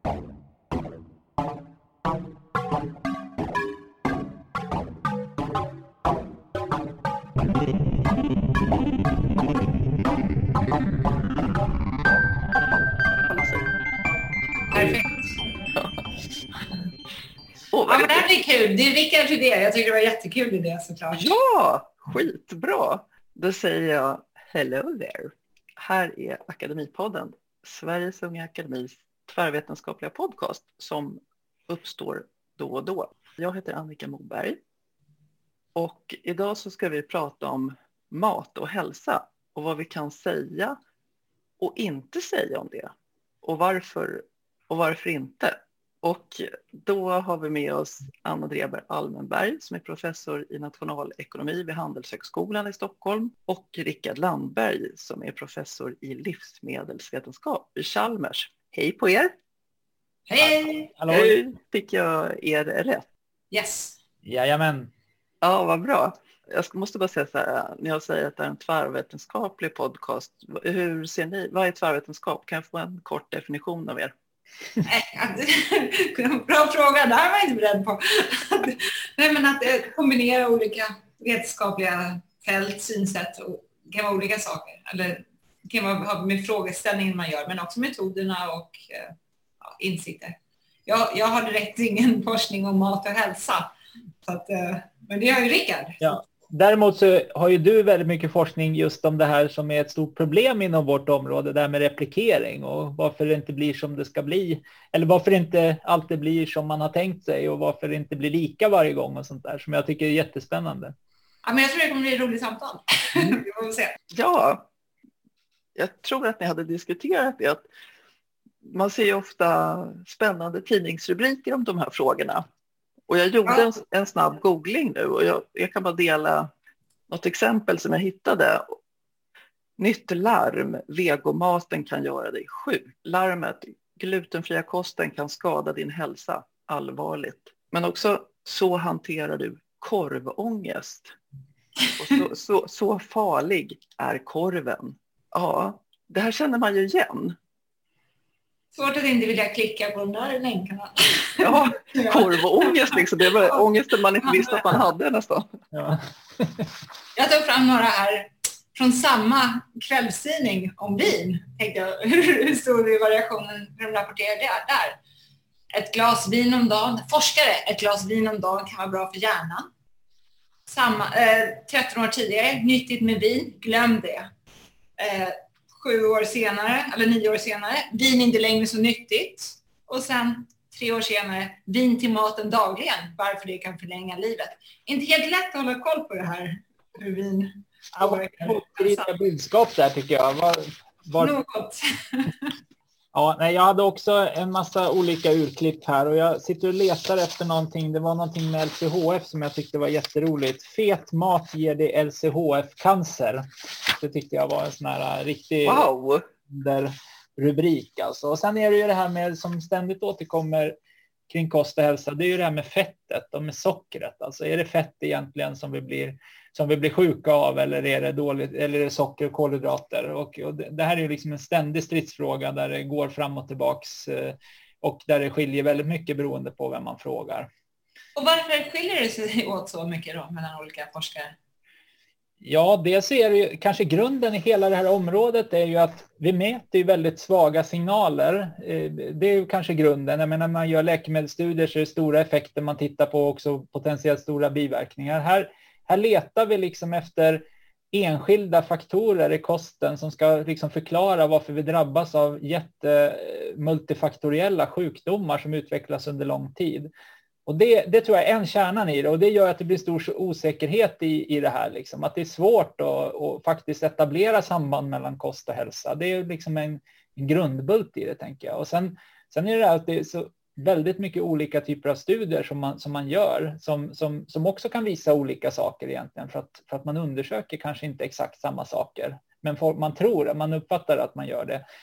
Perfekt. Ja, men det här blir kul. Det är Rickards idé. Jag tycker det var en jättekul idé såklart. Ja, skitbra. Då säger jag hello there. Här är Akademipodden, Sveriges Unga Akademis tvärvetenskapliga podcast som uppstår då och då. Jag heter Annika Moberg och idag så ska vi prata om mat och hälsa och vad vi kan säga och inte säga om det och varför inte. Och då har vi med oss Anna Dreber Almenberg som är professor i nationalekonomi vid Handelshögskolan i Stockholm och Rickard Landberg som är professor i livsmedelsvetenskap vid Chalmers. Hej på er! Hej! Hallå. Hej, fick jag er rätt? Yes. Jajamän. Ja, vad bra. Jag måste bara säga så här, när jag säger att det är en tvärvetenskaplig podcast, hur ser ni, vad är tvärvetenskap? Kan jag få en kort definition av er? Bra fråga, det här var jag inte beredd på. Nej, men att kombinera olika vetenskapliga fält, synsätt, och det kan vara olika saker. Eller det kan vara med frågeställningen man gör, men också metoderna och insikter. Jag har direkt ingen forskning om mat och hälsa, så att, men det har ju Rickard. Ja. Däremot så har ju du väldigt mycket forskning just om det här som är ett stort problem inom vårt område, där med replikering och varför det inte blir som det ska bli, eller varför det inte alltid blir som man har tänkt sig och varför det inte blir lika varje gång och sånt där, som jag tycker är jättespännande. Ja, men jag tror det kommer bli ett roligt samtal. Vi får se. Ja, jag tror att ni hade diskuterat det. Att man ser ju ofta spännande tidningsrubriker om de här frågorna. Och jag gjorde en snabb googling nu och jag kan bara dela något exempel som jag hittade. Nytt larm, vegomaten kan göra dig sjuk. Larmet, glutenfria kosten kan skada din hälsa allvarligt. Men också, så hanterar du korvångest. Och så farlig är korven. Ja, det här känner man ju igen. Svårt att inte vilja klicka på de där länkarna. Ja, korvångest liksom. Det var ångesten man inte visste att man hade nästan. Ja. Jag tog fram några här från samma kvällstidning om vin. Tänkte jag, hur stor är variationen de rapporterar det där? Ett glas vin om dagen. Forskare, ett glas vin om dagen kan vara bra för hjärnan. 13 år tidigare, nyttigt med vin, glöm det. 7 år senare, eller 9 år senare, vin inte längre så nyttigt. Och sen 3 år senare, vin till maten dagligen, varför det kan förlänga livet. Inte helt lätt att hålla koll på det här, hur vin påverkar. Budskap där tycker jag. Något. Ja, nej, jag hade också en massa olika urklipp här och jag sitter och letar efter någonting. Det var någonting med LCHF som jag tyckte var jätteroligt. Fet mat ger dig LCHF-cancer. Det tyckte jag var en sån här riktig rubrik. Alltså. Och sen är det ju det här med som ständigt återkommer kring kost och hälsa. Det är ju det här med fettet och med sockret. Alltså är det fett egentligen som vi blir sjuka av, eller är det dåligt, eller är det socker och kolhydrater? Och det här är ju liksom en ständig stridsfråga där det går fram och tillbaks och där det skiljer väldigt mycket beroende på vem man frågar. Och varför skiljer det sig åt så mycket då mellan olika forskare? Ja, dels är det ju kanske grunden i hela det här området är ju att vi mäter ju väldigt svaga signaler. Det är ju kanske grunden. Jag menar, när man gör läkemedelsstudier så är det stora effekter, man tittar på också potentiellt stora biverkningar. Här letar vi liksom efter enskilda faktorer i kosten som ska liksom förklara varför vi drabbas av multifaktoriella sjukdomar som utvecklas under lång tid. Och det tror jag är en kärnan i det, och det gör att det blir stor osäkerhet i det här. Liksom. Att det är svårt att faktiskt etablera samband mellan kost och hälsa. Det är liksom en grundbult i det, tänker jag. Och sen är det att det är så väldigt mycket olika typer av studier som man gör som också kan visa olika saker egentligen, för att man undersöker kanske inte exakt samma saker, men man uppfattar att man gör det.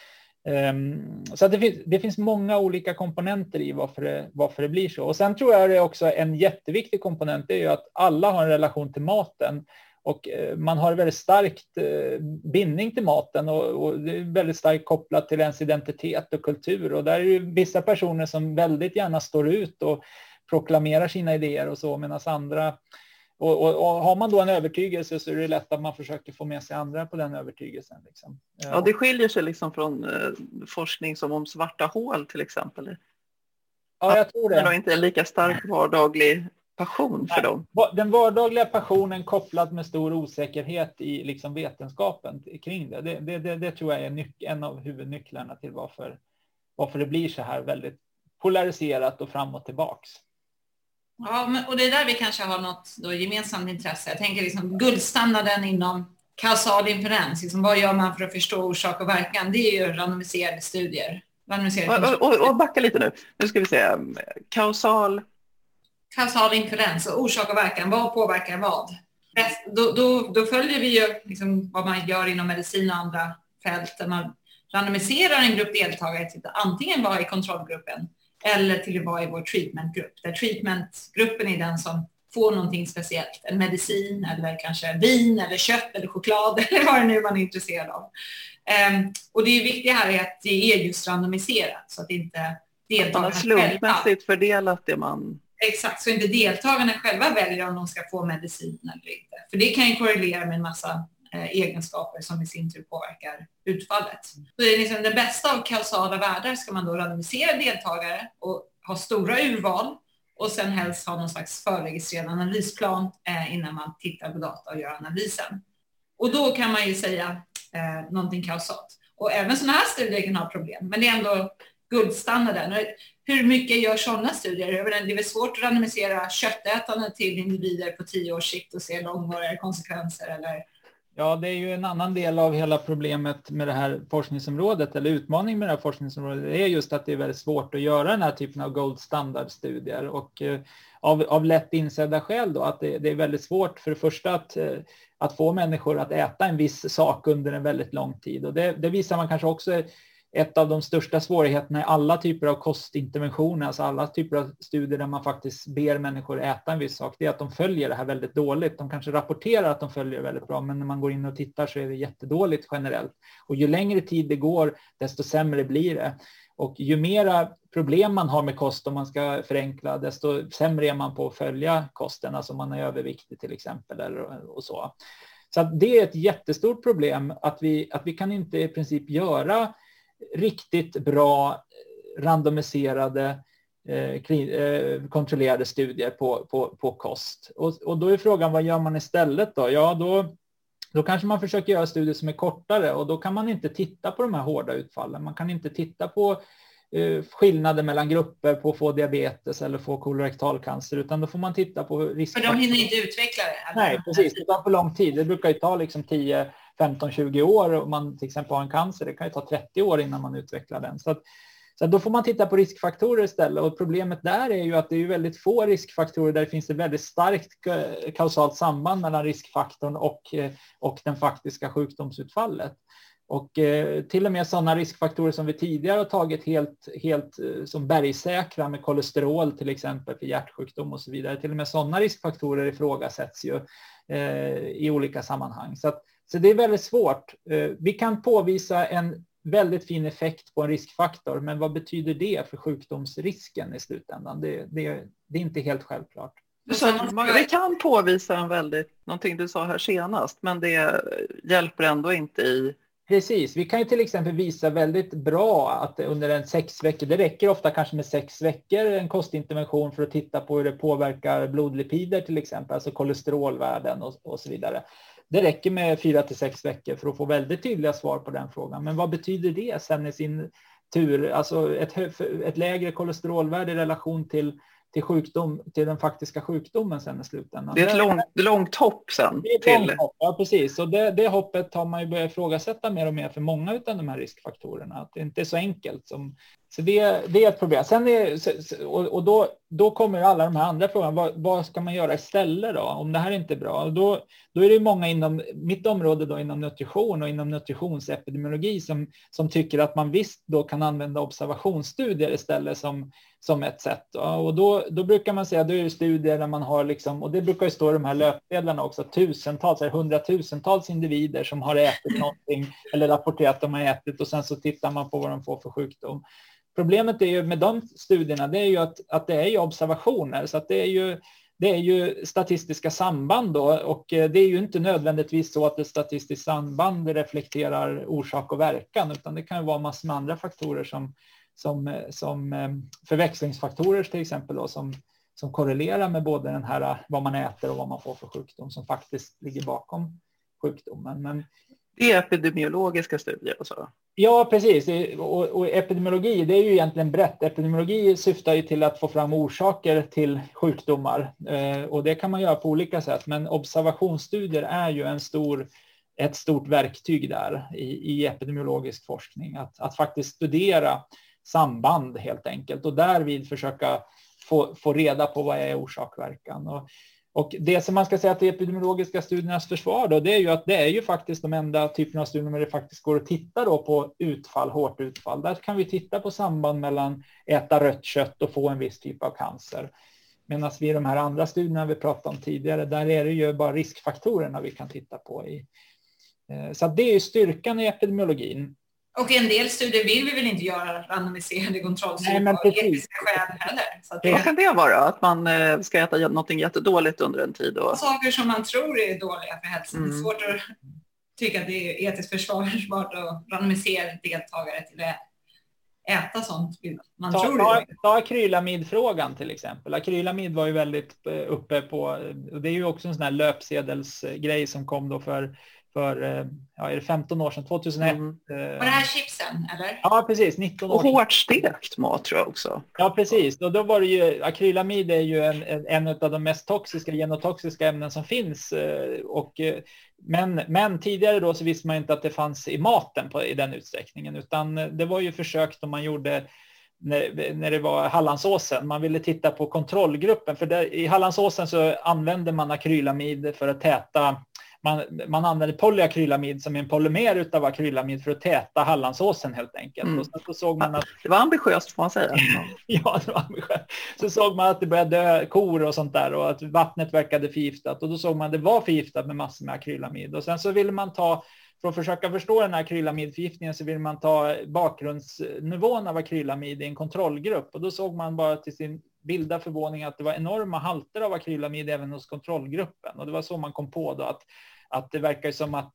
Så att det finns många olika komponenter i varför det blir så. Och sen tror jag det är också en jätteviktig komponent, det är ju att alla har en relation till maten, Och man har väldigt starkt bindning till maten och det är väldigt starkt kopplat till ens identitet och kultur. Och där är ju vissa personer som väldigt gärna står ut och proklamerar sina idéer och så, medan andra... Och har man då en övertygelse så är det lätt att man försöker få med sig andra på den övertygelsen. Liksom. Ja, det skiljer sig liksom från forskning som om svarta hål till exempel. Ja, jag tror det. Det är inte en lika stark vardaglig passion för dem. Den vardagliga passionen kopplad med stor osäkerhet i liksom vetenskapen kring det. Det tror jag är en av huvudnycklarna till varför det blir så här väldigt polariserat och fram och tillbaks. Ja, och det är där vi kanske har något då gemensamt intresse. Jag tänker liksom guldstandarden inom kausal inferens. Liksom, vad gör man för att förstå orsak och verkan? Det är ju randomiserade studier. Och backa lite nu. Nu ska vi se. Kausal inferens och orsak och verkan. Vad påverkar vad? Då följer vi ju liksom vad man gör inom medicin och andra fält. Där man randomiserar en grupp deltagare till att antingen vara i kontrollgruppen eller till att vara i vår treatmentgrupp. Där treatmentgruppen är den som får någonting speciellt. En medicin eller kanske vin eller kött eller choklad eller vad det nu man är intresserad av. Och det viktiga här är att det är just randomiserat så att inte deltagarna slumpmässigt fördelat det man... Exakt, så inte deltagarna själva väljer om de ska få medicin eller inte. För det kan ju korrelera med en massa egenskaper som i sin tur påverkar utfallet. Så det är liksom det bästa av kausala världar ska man då randomisera deltagare och ha stora urval och sen helst ha någon slags förregistrerad analysplan innan man tittar på data och gör analysen. Och då kan man ju säga någonting kausalt. Och även sådana här studier kan ha problem, men det är ändå guldstandarden. Hur mycket gör sådana studier? Det är väl svårt att randomisera köttätande till individer på 10 års sikt och se långvariga konsekvenser eller... Ja, det är ju en annan del av hela problemet med det här forskningsområdet eller utmaningen med det här forskningsområdet. Det är just att det är väldigt svårt att göra den här typen av gold standard-studier och av lätt insedda skäl då att det är väldigt svårt för det första att få människor att äta en viss sak under en väldigt lång tid. Och det visar man kanske också ett av de största svårigheterna i alla typer av kostinterventioner, alltså alla typer av studier där man faktiskt ber människor äta en viss sak, det är att de följer det här väldigt dåligt. De kanske rapporterar att de följer det väldigt bra, men när man går in och tittar så är det jättedåligt generellt. Och ju längre tid det går, desto sämre blir det. Och ju mera problem man har med kost, om man ska förenkla, desto sämre är man på att följa kosten, alltså om man är överviktig till exempel och så. Så att det är ett jättestort problem att vi kan inte i princip göra riktigt bra randomiserade kontrollerade studier på kost. Och då är frågan, vad gör man istället då? Ja, då kanske man försöker göra studier som är kortare och då kan man inte titta på de här hårda utfallen. Man kan inte titta på skillnader mellan grupper på att få diabetes eller få kolorektalcancer, utan då får man titta på riskfaktorer. För de hinner inte utveckla det. Nej, precis. Det tar för lång tid. Det brukar ju ta liksom 10, 15, 20 år om man till exempel har en cancer. Det kan ju ta 30 år innan man utvecklar den. Så då får man titta på riskfaktorer istället. Och problemet där är ju att det är väldigt få riskfaktorer där det finns ett väldigt starkt kausalt samband mellan riskfaktorn och den faktiska sjukdomsutfallet. Och till och med sådana riskfaktorer som vi tidigare har tagit helt som bergsäkra med kolesterol till exempel för hjärtsjukdom och så vidare. Till och med sådana riskfaktorer ifrågasätts ju i olika sammanhang. Så det är väldigt svårt. Vi kan påvisa en väldigt fin effekt på en riskfaktor, men vad betyder det för sjukdomsrisken i slutändan? Det är inte helt självklart. Vi kan påvisa någonting du sa här senast, men det hjälper ändå inte i... Precis, vi kan ju till exempel visa väldigt bra att under en 6 veckor, det räcker ofta kanske med 6 veckor en kostintervention för att titta på hur det påverkar blodlipider till exempel, alltså kolesterolvärden och så vidare. Det räcker med 4 till 6 veckor för att få väldigt tydliga svar på den frågan. Men vad betyder det sen i sin tur, alltså ett lägre kolesterolvärde i relation till sjukdom, till den faktiska sjukdomen sen i slutändan. Det är ett långt hopp sen. Det är ett långt hopp, ja precis. Och det hoppet har man ju börjat ifrågasätta mer och mer för många av de här riskfaktorerna. Att det inte är så enkelt som Så det är ett problem. Sen då kommer alla de här andra frågorna. Vad ska man göra istället då? Om det här inte är bra. Och då är det många inom mitt område då, inom nutrition och inom nutritionsepidemiologi som tycker att man visst då kan använda observationsstudier istället som ett sätt. Då. Och då brukar man säga, då är det studier där man har liksom, och det brukar ju stå i de här löpsedlarna också, tusentals eller hundratusentals individer som har ätit någonting eller rapporterat att de har ätit, och sen så tittar man på vad de får för sjukdom. Problemet är ju med de studierna, det är ju att det är ju observationer, så att det är ju statistiska samband då, och det är ju inte nödvändigtvis så att ett statistiskt samband reflekterar orsak och verkan, utan det kan ju vara massor med andra faktorer som förväxlingsfaktorer till exempel då, som korrelerar med både den här vad man äter och vad man får för sjukdom, som faktiskt ligger bakom sjukdomen. Men det är epidemiologiska studier och så. Ja, precis. Och epidemiologi, det är ju egentligen brett. Epidemiologi syftar ju till att få fram orsaker till sjukdomar. Och det kan man göra på olika sätt. Men observationsstudier är ju ett stort verktyg där i epidemiologisk forskning. Att faktiskt studera samband helt enkelt. Och därvid försöka få reda på vad är orsak-verkan. Och det som man ska säga till epidemiologiska studiernas försvar då, det är ju att det är ju faktiskt de enda typerna av studier där det faktiskt går att titta då på hårt utfall. Där kan vi titta på samband mellan äta rött kött och få en viss typ av cancer. Medan vi i de här andra studierna vi pratade om tidigare, där är det ju bara riskfaktorerna vi kan titta på. Så det är ju styrkan i epidemiologin. Och i en del studier vill vi väl inte göra randomiserade kontrollstudier av etiska skäl heller. Så att Vad kan det vara? Att man ska äta någonting jättedåligt under en tid? Saker som man tror är dåliga för hälsan. Det är svårt att tycka att det är etiskt försvarbart att randomisera deltagare till att äta sånt man tror. Ta akrylamidfrågan till exempel. Akrylamid var ju väldigt uppe på, och det är ju också en sån här löpsedelsgrej som kom då för är det 15 år sedan, 2001. Var det här chipsen, eller? Ja, precis, 19 år sedan. Och hårt stekt mat tror jag också. Ja, precis. Och då var det ju, akrylamid är ju en av de mest toxiska, genotoxiska ämnen som finns. Men tidigare då så visste man inte att det fanns i maten i den utsträckningen, utan det var ju försök som man gjorde när det var Hallandsåsen. Man ville titta på kontrollgruppen, för i Hallandsåsen så använde man akrylamid för att täta. Man använde polyakrylamid som är en polymer utav akrylamid för att täta Hallandsåsen helt enkelt. Och så såg man att det var ambitiöst får man säga. Ja, det var ambitiöst. Så såg man att det började dö kor och sånt där, och att vattnet verkade förgiftat, och då såg man att det var förgiftat med massor med akrylamid. Och sen så ville man för att försöka förstå den här akrylamidförgiftningen, så vill man ta bakgrundsnivån av akrylamid i en kontrollgrupp, och då såg man bara till sin vilda förvåning att det var enorma halter av akrylamid även hos kontrollgruppen, och det var så man kom på då att det verkar som att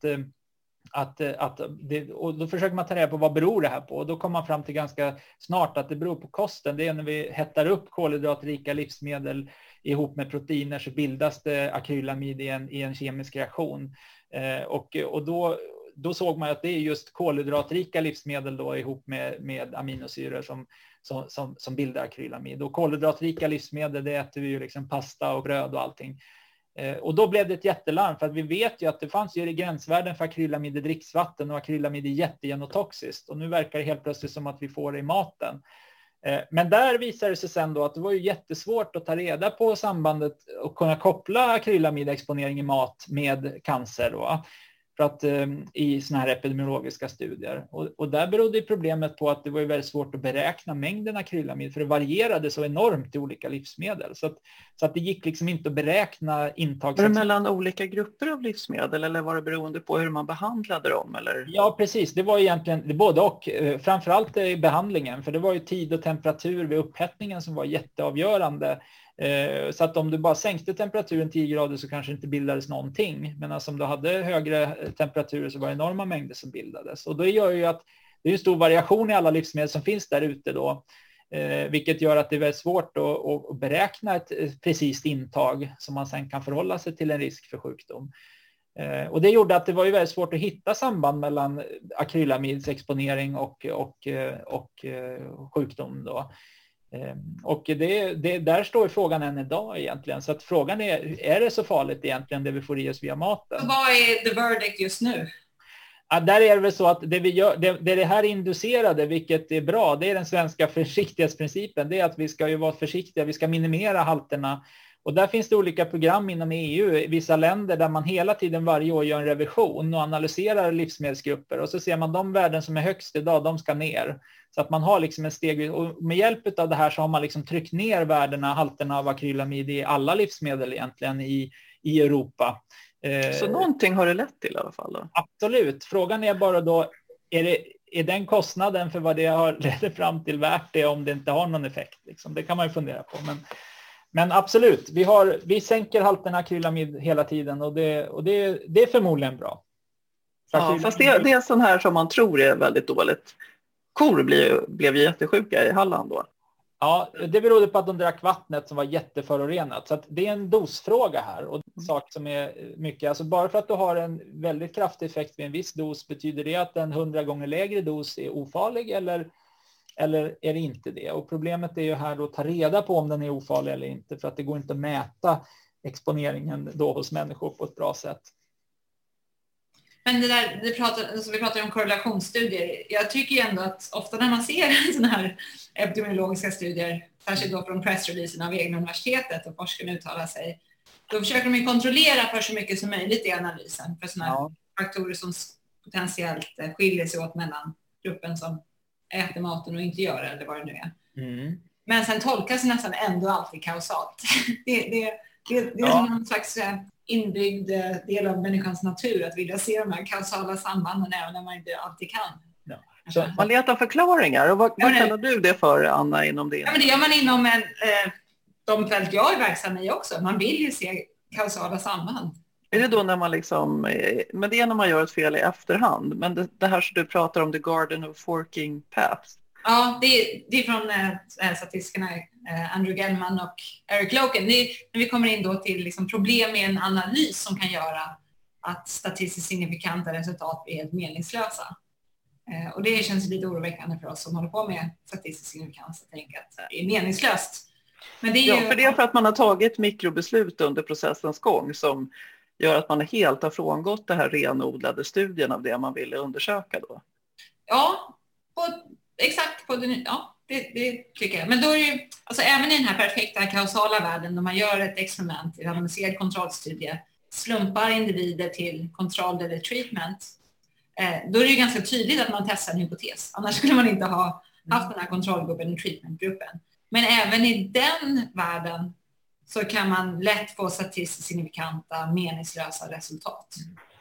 det, och då försöker man ta reda på vad beror det här på, och då kommer man fram till ganska snart att det beror på kosten. Det är när vi hettar upp kolhydratrika livsmedel ihop med proteiner, så bildas det akrylamid i en kemisk reaktion, och då såg man att det är just kolhydratrika livsmedel då ihop med aminosyror som bildar akrylamid. Och kolhydratrika livsmedel, det äter vi ju liksom pasta och bröd och allting. Och då blev det ett jättelarm, för att vi vet ju att det fanns ju gränsvärden för akrylamid i dricksvatten, och akrylamid är jättegenotoxiskt. Och nu verkar det helt plötsligt som att vi får det i maten. Men där visade det sig sen då att det var ju jättesvårt att ta reda på sambandet och kunna koppla akrylamidexponering i mat med cancer då. För att i såna här epidemiologiska studier. Och där berodde problemet på att det var ju väldigt svårt att beräkna mängden akrylamid, för det varierade så enormt i olika livsmedel. Så att det gick liksom inte att beräkna intag. Var det mellan olika grupper av livsmedel, eller var det beroende på hur man behandlade dem? Eller? Ja, precis. Det var egentligen både och. Framförallt i behandlingen, för det var ju tid och temperatur vid upphettningen som var jätteavgörande. Så att om du bara sänkte temperaturen 10 grader så kanske inte bildades någonting. Men alltså om du hade högre temperaturer så var det enorma mängder som bildades. Och det gör ju att det är en stor variation i alla livsmedel som finns där ute då. Vilket gör att det är väldigt svårt att beräkna ett precis intag som man sen kan förhålla sig till en risk för sjukdom. Och det gjorde att det var ju väldigt svårt att hitta samband mellan akrylamidsexponering och sjukdom då. Och där står frågan än idag egentligen. Så att frågan är det så farligt egentligen det vi får i oss via maten? Så vad är the verdict just nu? Ja, där är det väl så att det vi gör, det här inducerade, vilket är bra, det är den svenska försiktighetsprincipen. Det är att vi ska ju vara försiktiga, vi ska minimera halterna. Och där finns det olika program inom EU i vissa länder där man hela tiden varje år gör en revision och analyserar livsmedelsgrupper. Och så ser man de värden som är högst idag, de ska ner. Så att man har liksom en steg, och med hjälp av det här så har man liksom tryckt ner värdena, halterna av akrylamid i alla livsmedel egentligen i Europa. Så någonting har det lett till i alla fall då? Absolut. Frågan är bara då, är den kostnaden för vad det har lett fram till värt det om det inte har någon effekt? Liksom? Det kan man ju fundera på. Men absolut, vi sänker halterna akrylamid hela tiden och det är förmodligen bra. Ja, fast det är sån här som man tror är väldigt dåligt. Kor blev jättesjuka i Halland då. Ja, det berodde på att de drack vattnet som var jätteförorenat. Så att det är en dosfråga här och sak som är mycket. Alltså bara för att du har en väldigt kraftig effekt vid en viss dos, betyder det att en 100 gånger lägre dos är ofarlig eller är det inte det? Och problemet är ju här då att ta reda på om den är ofarlig eller inte, för att det går inte att mäta exponeringen då hos människor på ett bra sätt. Men vi pratar om korrelationsstudier. Jag tycker ju ändå att ofta när man ser sådana här epidemiologiska studier, särskilt då från pressreleasen av egna universitetet och forskarna uttalar sig, då försöker de ju kontrollera för så mycket som möjligt i analysen för sådana här faktorer som potentiellt skiljer sig åt mellan gruppen som äter maten och inte gör det, eller vad det nu är. Mm. Men sen tolkas det nästan ändå alltid kausalt. Det är som någon slags inbyggd del av människans natur att vilja se de här kausala sambanden även när man inte alltid kan. Ja. Så man letar förklaringar. Och vad kallar du det för, Anna, inom det? Ja, men det gör man inom de fält jag är verksam i också. Man vill ju se kausala samband. Är det då när man liksom, men det är när man gör ett fel i efterhand, men det här som du pratar om, the garden of forking paths. Ja, det är från statistikerna Andrew Gelman och Eric Loken. När vi kommer in då till liksom problem med en analys som kan göra att statistiskt signifikanta resultat blir helt meningslösa. Och det känns lite oroväckande för oss som håller på med statistisk signifikans att tänka att det är meningslöst. Men det är för det är för att man har tagit mikrobeslut under processens gång som gör att man helt har frångått det här renodlade studien av det man ville undersöka då. Ja, exakt på det, ja, det tycker jag. Men då är det ju, alltså även i den här perfekta kausala världen, när man gör ett experiment, en randomiserad kontrollstudie, slumpar individer till kontroll eller treatment, då är det ju ganska tydligt att man testar en hypotes. Annars skulle man inte ha haft den här kontrollgruppen och treatmentgruppen. Men även i den världen så kan man lätt få statistiskt signifikanta, meningslösa resultat.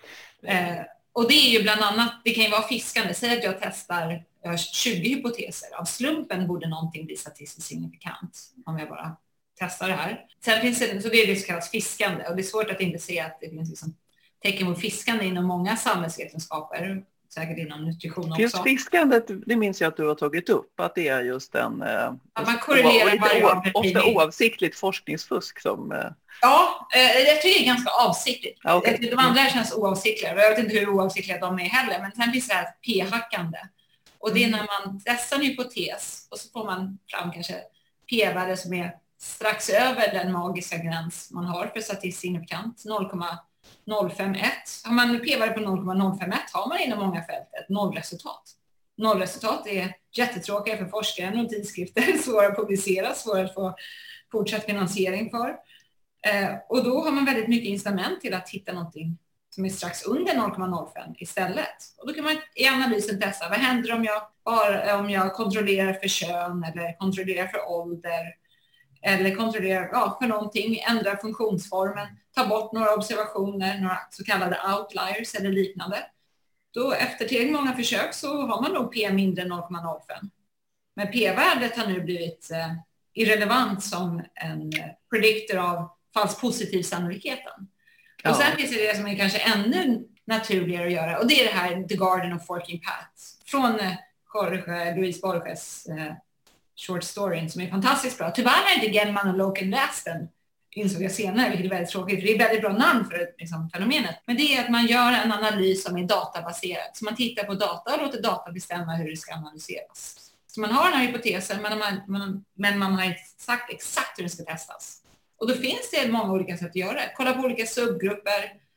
Och det är ju bland annat, det kan ju vara fiskande. Säg att jag har 20 hypoteser. Av slumpen borde någonting bli statistiskt signifikant om jag bara testar det här. Sen finns det, så det är det som kallas fiskande. Och det är svårt att inte se att det finns liksom tecken på fiskande inom många samhällsvetenskaper. Säkert inom nutrition också. Just fiskandet, det minns jag att du har tagit upp. Att det är just en man korrelerar ofta oavsiktligt forskningsfusk som... Ja, jag tycker det är ganska avsiktligt. Okay. De andra känns oavsiktliga. Jag vet inte hur oavsiktliga de är heller. Men sen finns det här p-hackande. Och det är när man testar en hypotes och så får man fram kanske p-värde som är strax över den magiska gräns man har för statistiskt signifikant. 0,051. Har man p-värde på 0,051 har man inom många fält ett nollresultat. Nollresultat är jättetråkiga för forskare och tidskrifter. Svåra att publicera, svåra att få fortsatt finansiering för. Och då har man väldigt mycket incitament till att hitta någonting som är strax under 0,05 istället. Och då kan man i analysen testa, vad händer om jag kontrollerar för kön eller kontrollerar för ålder eller kontrollerar för någonting, ändrar funktionsformen, tar bort några observationer, några så kallade outliers eller liknande. Då efter tillräckligt många försök så har man nog p mindre än 0,05. Men p-värdet har nu blivit irrelevant som en predictor av falskt positiv sannolikheten. Ja. Och sen finns det som är kanske ännu naturligare att göra. Och det är det här The Garden of Forking Paths. Från Louise Borges short story som är fantastiskt bra. Tyvärr har inte Gelman och Loken läst den, insåg jag senare, vilket är väldigt tråkigt. Det är väldigt bra namn för liksom, fenomenet. Men det är att man gör en analys som är databaserad. Så man tittar på data och låter data bestämma hur det ska analyseras. Så man har den här hypotesen men man har inte sagt exakt hur det ska testas. Och då finns det många olika sätt att göra det. Kolla på olika subgrupper,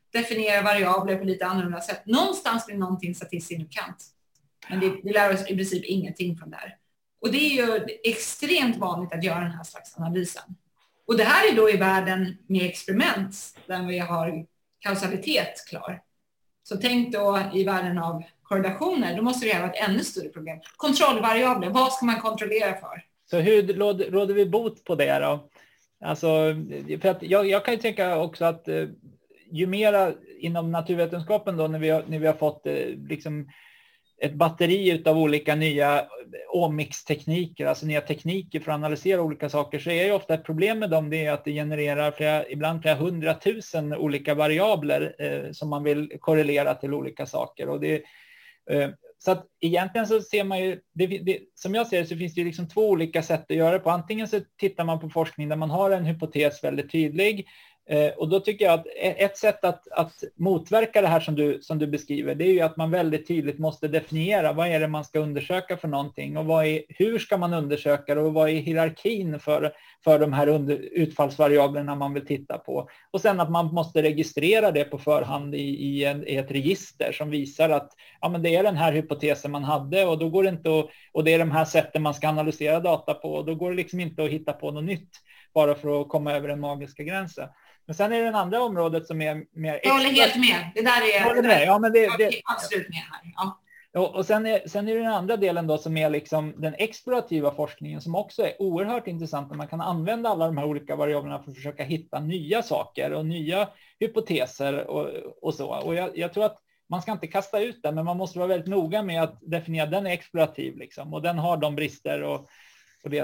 definiera variabler på lite annorlunda sätt. Någonstans blir någonting statistiskt signifikant. Men vi lär oss i princip ingenting från det här. Och det är ju extremt vanligt att göra den här slags analysen. Och det här är då i världen med experiment där vi har kausalitet klar. Så tänk då i världen av korrelationer, då måste det ha ett ännu större problem. Kontrollvariabler, vad ska man kontrollera för? Så hur råder vi bot på det då? Alltså, för att jag kan ju tänka också att ju mera inom naturvetenskapen då när vi har fått liksom ett batteri av olika nya omics-tekniker, alltså nya tekniker för att analysera olika saker, så är ju ofta ett problem med dem det är att det genererar ibland flera 100 000 olika variabler som man vill korrelera till olika saker. Och så att egentligen så ser man ju, som jag ser det så finns det ju liksom två olika sätt att göra det på. Antingen så tittar man på forskning där man har en hypotes väldigt tydlig. Och då tycker jag att ett sätt att motverka det här som du beskriver, det är ju att man väldigt tydligt måste definiera vad är det man ska undersöka för någonting och hur ska man undersöka det och vad är hierarkin för de här utfallsvariablerna man vill titta på. Och sen att man måste registrera det på förhand i ett register som visar att ja, men det är den här hypotesen man hade och då går det inte och det är de här sätten man ska analysera data på och då går det liksom inte att hitta på något nytt bara för att komma över den magiska gränsen. Men sen är det den andra området som är mer... Jag håller helt med. Det där är... Ja, men det absolut med här. Ja. Och sen är det den andra delen då som är liksom den explorativa forskningen som också är oerhört intressant. Man kan använda alla de här olika variablerna för att försöka hitta nya saker och nya hypoteser och så. Och jag tror att man ska inte kasta ut den, men man måste vara väldigt noga med att definiera den är explorativ liksom. Och den har de brister och det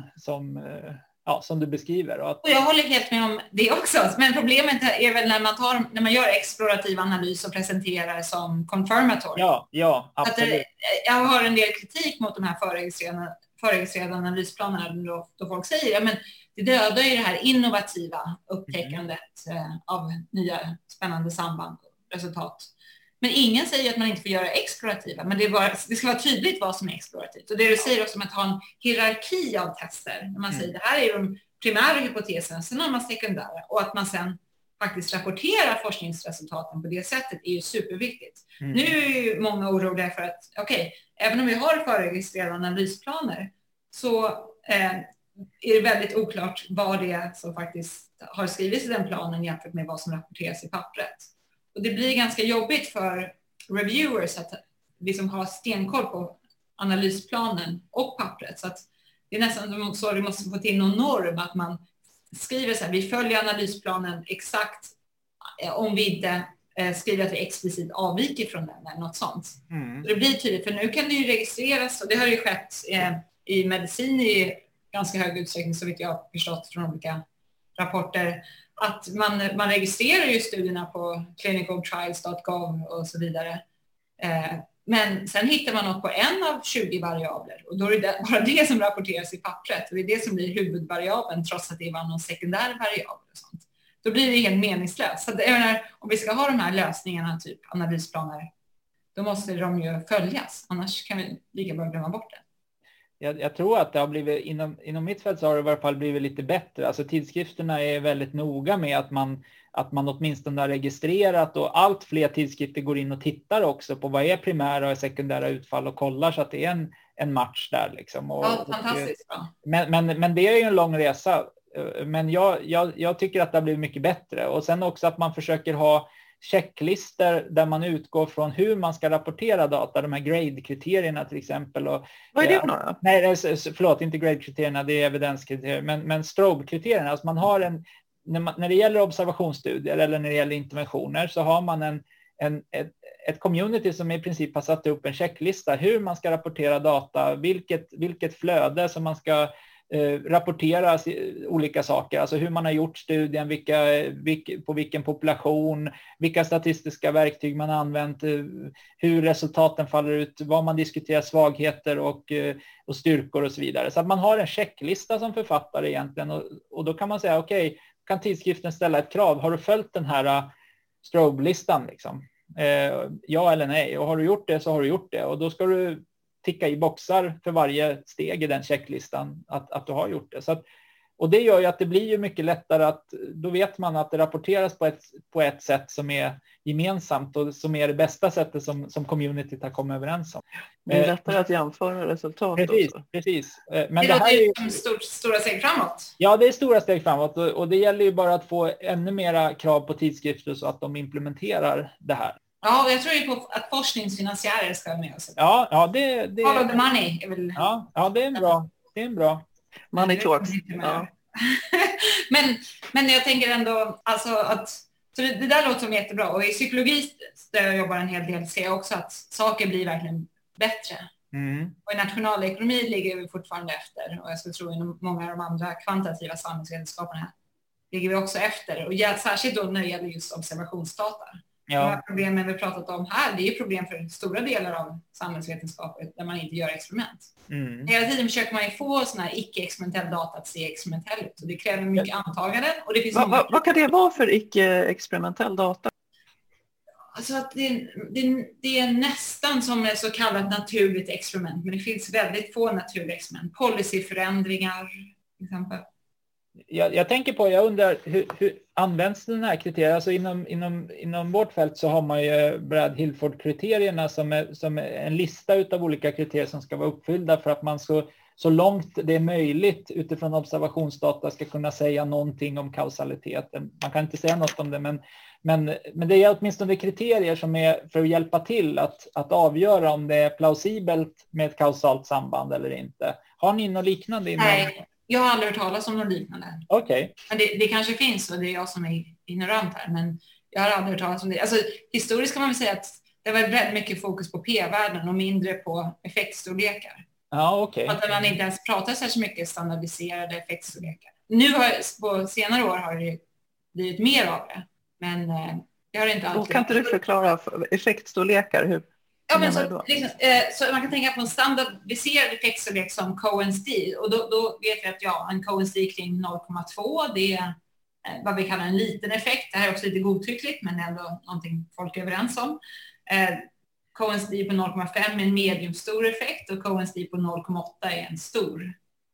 som du beskriver. Och jag håller helt med om det också. Men problemet är väl när man gör explorativ analys och presenterar som confirmatory. Ja, absolut. Jag har en del kritik mot de här förregistrerade analysplanerna då folk säger men det dödar ju det här innovativa upptäckandet av nya spännande samband och resultat. Men ingen säger att man inte får göra explorativa, men det ska vara tydligt vad som är explorativt. Och det du säger också om att ha en hierarki av tester, när man säger det här är de primära hypoteserna, sen har man sekundära, och att man sen faktiskt rapporterar forskningsresultaten på det sättet är ju superviktigt. Nu är ju många oroliga för att, även om vi har förregistrerade analysplaner så är det väldigt oklart vad det är som faktiskt har skrivits i den planen jämfört med vad som rapporteras i pappret. Och det blir ganska jobbigt för reviewers att liksom ha stenkoll på analysplanen och pappret. Så att det är nästan så att vi måste få till någon norm att man skriver så här, vi följer analysplanen exakt om vi inte skriver att vi explicit avviker från den eller något sånt. Så det blir tydligt, för nu kan det ju registreras, och det har ju skett i medicin i ganska hög utsträckning så vitt jag har förstått från olika rapporter, att man registrerar ju studierna på clinicaltrials.gov och så vidare. Men sen hittar man något på en av 20 variabler och då är det bara det som rapporteras i pappret och det är det som blir huvudvariabeln trots att det var någon sekundär variabel och sånt. Då blir det helt meningslöst. Så att, om vi ska ha de här lösningarna, typ analysplaner, då måste de ju följas. Annars kan vi lika bra glömma bort det. Jag tror att det har blivit, inom mitt fält så har det i varje fall blivit lite bättre. Alltså tidskrifterna är väldigt noga med att man åtminstone har registrerat, och allt fler tidskrifter går in och tittar också på vad är primära och sekundära utfall och kollar så att det är en match där. Liksom. Fantastiskt bra. Men det är ju en lång resa. Men jag tycker att det har blivit mycket bättre. Och sen också att man försöker ha checklister där man utgår från hur man ska rapportera data, de här grade-kriterierna till exempel. Och, vad är det för några? Nej, förlåt, inte grade-kriterierna, det är evidenskriterier, men strobe-kriterierna. Alltså man har när det gäller observationsstudier eller när det gäller interventioner så har man ett community som i princip har satt upp en checklista hur man ska rapportera data, vilket flöde som man ska rapportera olika saker, alltså hur man har gjort studien, på vilken population, vilka statistiska verktyg man har använt, hur resultaten faller ut, vad man diskuterar svagheter och styrkor och så vidare. Så att man har en checklista som författare egentligen, och då kan man säga kan tidskriften ställa ett krav, har du följt den här strobe-listan liksom? Ja eller nej, och har du gjort det så har du gjort det, och då ska du ticka i boxar för varje steg i den checklistan att du har gjort det. Så att, Och det gör ju att det blir ju mycket lättare att, då vet man att det rapporteras på ett sätt som är gemensamt och som är det bästa sättet som communityt har kommit överens om. Det är lättare att jämföra resultat också. Precis. Men det låter ju som stora steg framåt. Ja, det är stora steg framåt och det gäller ju bara att få ännu mera krav på tidskrifter så att de implementerar det här. Ja, och jag tror ju på att forskningsfinansiärer ska med oss. Ja, det Follow the money är väl... Ja, det är en bra. Money talks. Ja. men jag tänker ändå alltså att så det där låter som jättebra och i psykologi där jag jobbar en hel del ser jag också att saker blir verkligen bättre. Och i nationalekonomi ligger vi fortfarande efter och jag skulle tro inom många av de andra kvantitativa samhällsvetenskaperna ligger vi också efter och särskilt då när det gäller just observationsdata. Ja. De här problemen vi pratat om här, det är ju problem för stora delar av samhällsvetenskapen där man inte gör experiment. Hela tiden försöker man ju få sån här icke-experimentell data att se experimentell ut och det kräver mycket antaganden. Och det finns vad kan det vara för icke-experimentell data? Alltså att det är nästan som ett så kallat naturligt experiment, men det finns väldigt få naturliga experiment. Policyförändringar till exempel. Jag undrar hur används den här kriterien? Alltså inom vårt fält så har man ju Brad-Hilford-kriterierna som är en lista utav olika kriterier som ska vara uppfyllda för att man så långt det är möjligt utifrån observationsdata ska kunna säga någonting om kausaliteten. Man kan inte säga något om det, men det är åtminstone kriterier som är för att hjälpa till att avgöra om det är plausibelt med ett kausalt samband eller inte. Har ni något liknande? Nej. Jag har aldrig hört talas om något liknande. Okej. Men det kanske finns och det är jag som är ignorant här. Men jag har aldrig hört talas om det. Alltså, historiskt kan man väl säga att det var väldigt mycket fokus på p-värden och mindre på effektstorlekar. Ja, okej. Att man inte ens pratar så mycket standardiserade effektstorlekar. Nu på senare år har det blivit mer av det. Men det har inte alltid... Och kan inte du förklara effektstorlekar? Hur? Ja, men så man kan tänka på en standardiserad effektstorlek som Cohen's D. Och då vet vi att en Cohen's D kring 0,2 det är vad vi kallar en liten effekt. Det här är också lite godtyckligt men ändå någonting folk är överens om. Cohen's D på 0,5 är en mediumstor effekt och Cohen's D på 0,8 är en stor.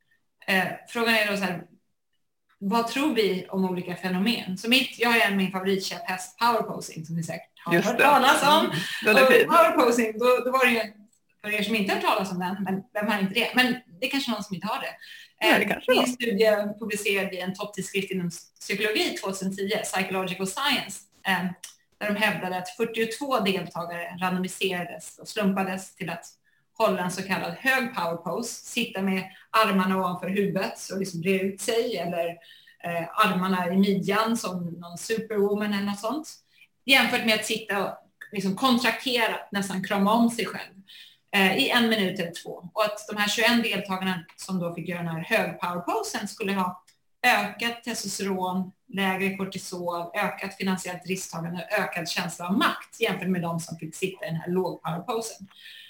Frågan är då så här, vad tror vi om olika fenomen? Så jag är min favoritkäpphäst powerposing som ni säkert har hört talas om. Och powerposing, då var det ju för er som inte har hört talas om den, men vem har inte det? Men det är kanske någon som inte har det. En studie publicerad i en topptidskrift inom psykologi 2010, Psychological Science, där de hävdade att 42 deltagare randomiserades och slumpades till att hålla en så kallad hög power pose, sitta med armarna ovanför huvudet och liksom bre ut sig eller armarna i midjan som någon superwoman eller något sånt. Jämfört med att sitta och liksom kontrakterat, nästan krama om sig själv i 1 minut eller 2. Och att de här 21 deltagarna som då fick göra den här hög power posen skulle ha ökat testosteron, lägre kortisol, ökat finansiellt risktagande och ökad känsla av makt jämfört med de som fick sitta i den här låg power posen.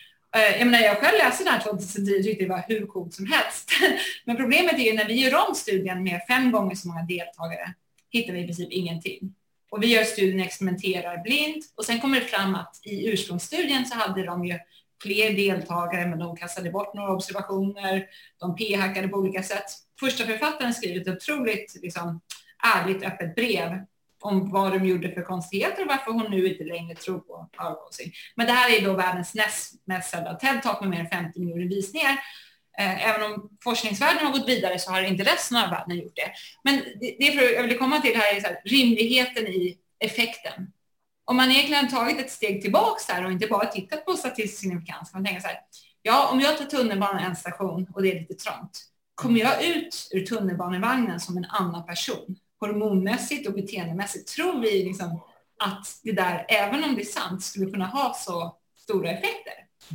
Jag själv läste den här 2010 och tyckte det var hur coolt som helst. Men problemet är ju när vi gör om studien med 5 gånger så många deltagare hittar vi i princip ingenting. Och vi gör studien experimenterar blint och sen kommer det fram att i ursprungsstudien så hade de ju fler deltagare men de kastade bort några observationer, de p-hackade på olika sätt. Första författaren skriver ett otroligt ärligt öppet brev om vad de gjorde för konstigheter och varför hon nu inte längre tror på powerposing. Men det här är då världens näst mest sedda TED-talk med mer än 50 miljoner visningar. Även om forskningsvärlden har gått vidare så har inte resten av världen gjort det. Men det är för jag vill komma till här är så här, rimligheten i effekten. Om man egentligen tagit ett steg tillbaka här och inte bara tittat på statistisk signifikans kan man tänka så här, ja om jag tar tunnelbanan en station och det är lite trångt, kommer jag ut ur tunnelbanevagnen som en annan person? Hormonmässigt och beteendemässigt tror vi att det där, även om det är sant, skulle kunna ha så stora effekter.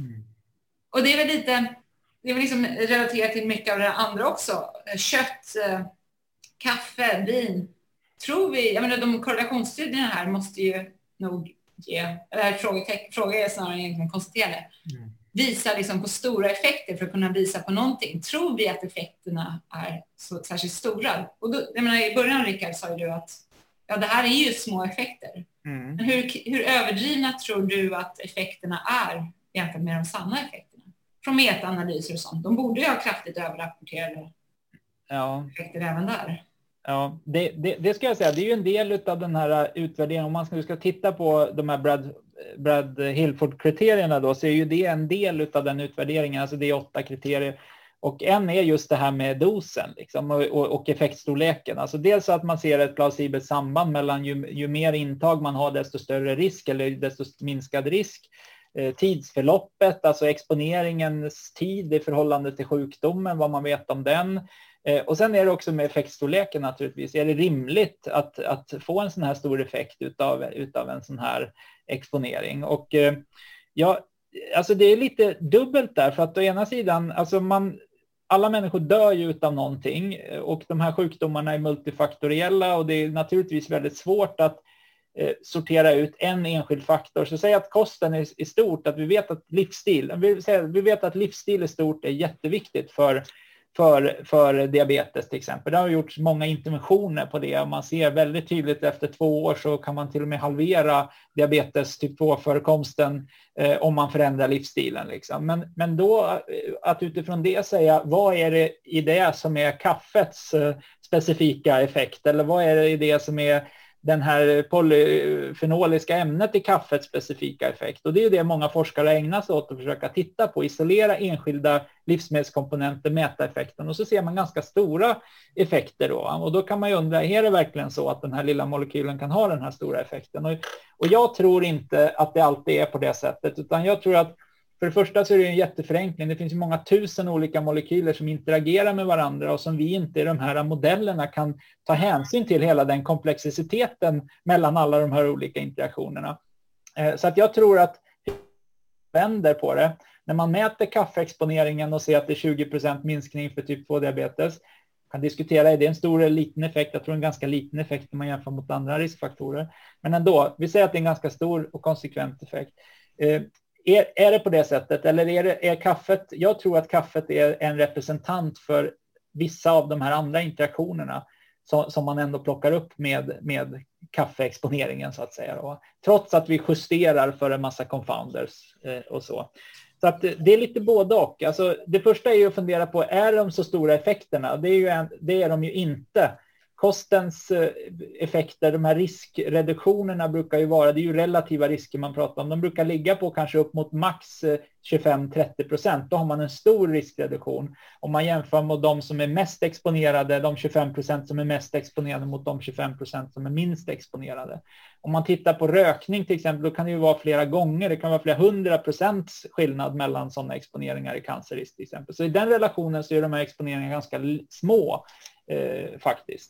Och det är väl lite, det är väl relaterat till mycket av det andra också. Kött, kaffe, vin. Tror vi, jag menar de korrelationsstudierna här måste ju nog ge, eller fråga är snarare egentligen konstaterade. Visa på stora effekter för att kunna visa på någonting. Tror vi att effekterna är så särskilt stora? Och då, jag menar, i början Rickard sa ju att det här är ju små effekter. Men hur överdrivna tror du att effekterna är jämfört med de sanna effekterna? Från metaanalyser och sånt. De borde ju ha kraftigt överrapporterade effekter även där. Ja, det ska jag säga. Det är ju en del av den här utvärderingen. Om man ska titta på de här Brad Hilford-kriterierna då, så är ju det en del av den utvärderingen. Alltså det är 8 kriterier. Och en är just det här med dosen liksom, och effektstorleken. Alltså dels att man ser ett plausibelt samband mellan ju mer intag man har desto större risk eller desto minskad risk. Tidsförloppet, alltså exponeringens tid i förhållande till sjukdomen, vad man vet om den. Och sen är det också med effektstorleken naturligtvis. Är det rimligt att få en sån här stor effekt utav en sån här exponering? Och alltså det är lite dubbelt där, för att å ena sidan, alltså alla människor dör ju utav någonting och de här sjukdomarna är multifaktoriella och det är naturligtvis väldigt svårt att sortera ut en enskild faktor. Så säg att kosten är stort, att vi vet att livsstil är stort är jätteviktigt för diabetes till exempel. Det har gjorts många interventioner på det och man ser väldigt tydligt efter 2 år så kan man till och med halvera diabetes typ 2-förekomsten om man förändrar livsstilen. Liksom. Men då att utifrån det säga vad är det i det som är kaffets specifika effekt eller vad är det i det som är den här polyfenoliska ämnet i kaffets specifika effekt. Och det är det många forskare ägnar sig åt att försöka titta på. Isolera enskilda livsmedelskomponenter, mäta effekten. Och så ser man ganska stora effekter då. Och då kan man ju undra, är det verkligen så att den här lilla molekylen kan ha den här stora effekten? Och jag tror inte att det alltid är på det sättet. Utan jag tror att för det första så är det en jätteförenkling. Det finns ju många tusen olika molekyler som interagerar med varandra och som vi inte i de här modellerna kan ta hänsyn till hela den komplexiteten mellan alla de här olika interaktionerna. Så att jag tror att vänder på det. När man mäter kaffeexponeringen och ser att det är 20% minskning för typ 2-diabetes, kan diskutera, är det en stor eller liten effekt? Jag tror en ganska liten effekt när man jämför mot andra riskfaktorer. Men ändå, vi säger att det är en ganska stor och konsekvent effekt. Är det på det sättet eller är kaffet, jag tror att kaffet är en representant för vissa av de här andra interaktionerna som man ändå plockar upp med kaffeexponeringen så att säga. Och trots att vi justerar för en massa confounders och så. Så att det är lite både och. Alltså, det första är ju att fundera på, är de så stora effekterna? Det är de ju inte. Kostens effekter, de här riskreduktionerna brukar ju vara, det är ju relativa risker man pratar om, de brukar ligga på kanske upp mot max 25-30%, då har man en stor riskreduktion. Om man jämför med de som är mest exponerade, de 25% som är mest exponerade mot de 25% som är minst exponerade. Om man tittar på rökning till exempel, då kan det ju vara flera gånger, det kan vara flera 100% skillnad mellan sådana exponeringar i cancerrisk till exempel. Så i den relationen så är de här exponeringarna ganska små faktiskt.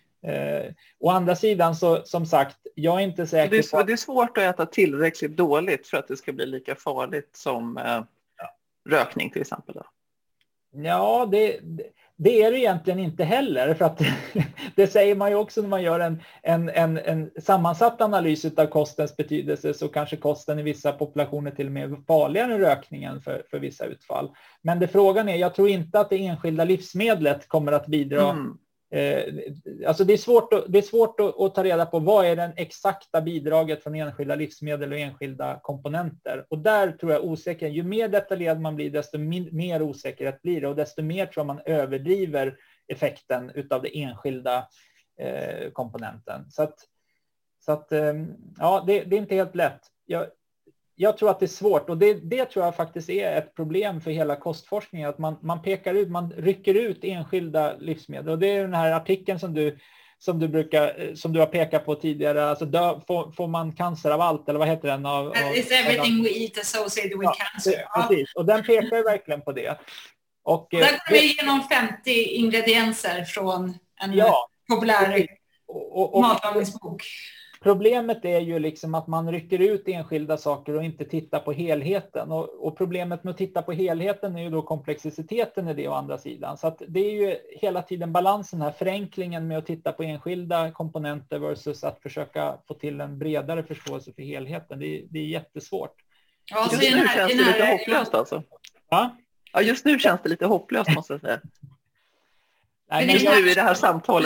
Å andra sidan så som sagt, jag är inte säker på... Det är svårt att äta tillräckligt dåligt för att det ska bli lika farligt som rökning till exempel då. Ja, det är det egentligen inte heller, för att det säger man ju också när man gör en sammansatt analys av kostens betydelse, så kanske kosten i vissa populationer till och med är farligare än rökningen för vissa utfall. Men det frågan är, jag tror inte att det enskilda livsmedlet kommer att bidra. Alltså det är svårt att ta reda på vad är den exakta bidraget från enskilda livsmedel och enskilda komponenter. Och där tror jag osäkerhet, ju mer detaljerad man blir desto mer osäkerhet blir det, och desto mer tror man överdriver effekten utav det enskilda komponenten. Så att ja, det är inte helt lätt. Jag tror att det är svårt, och det tror jag faktiskt är ett problem för hela kostforskningen, att man pekar ut, man rycker ut enskilda livsmedel. Och det är den här artikeln som du har pekat på tidigare, alltså får man cancer av allt, eller vad heter den? Is everything we eat associated with cancer? Ja, precis. Och den pekar ju verkligen på det. Och där går vi igenom 50 ingredienser från en populär matlagningsbok. Problemet är ju liksom att man rycker ut enskilda saker och inte tittar på helheten. Och problemet med att titta på helheten är ju då komplexiteten i det å andra sidan. Så att det är ju hela tiden balansen här, förenklingen med att titta på enskilda komponenter versus att försöka få till en bredare förståelse för helheten. Det är jättesvårt. Ja, just nu känns det lite hopplöst alltså. Ja? Ja, just nu känns det lite hopplöst måste jag säga. Nej, just nu i det här samtalet.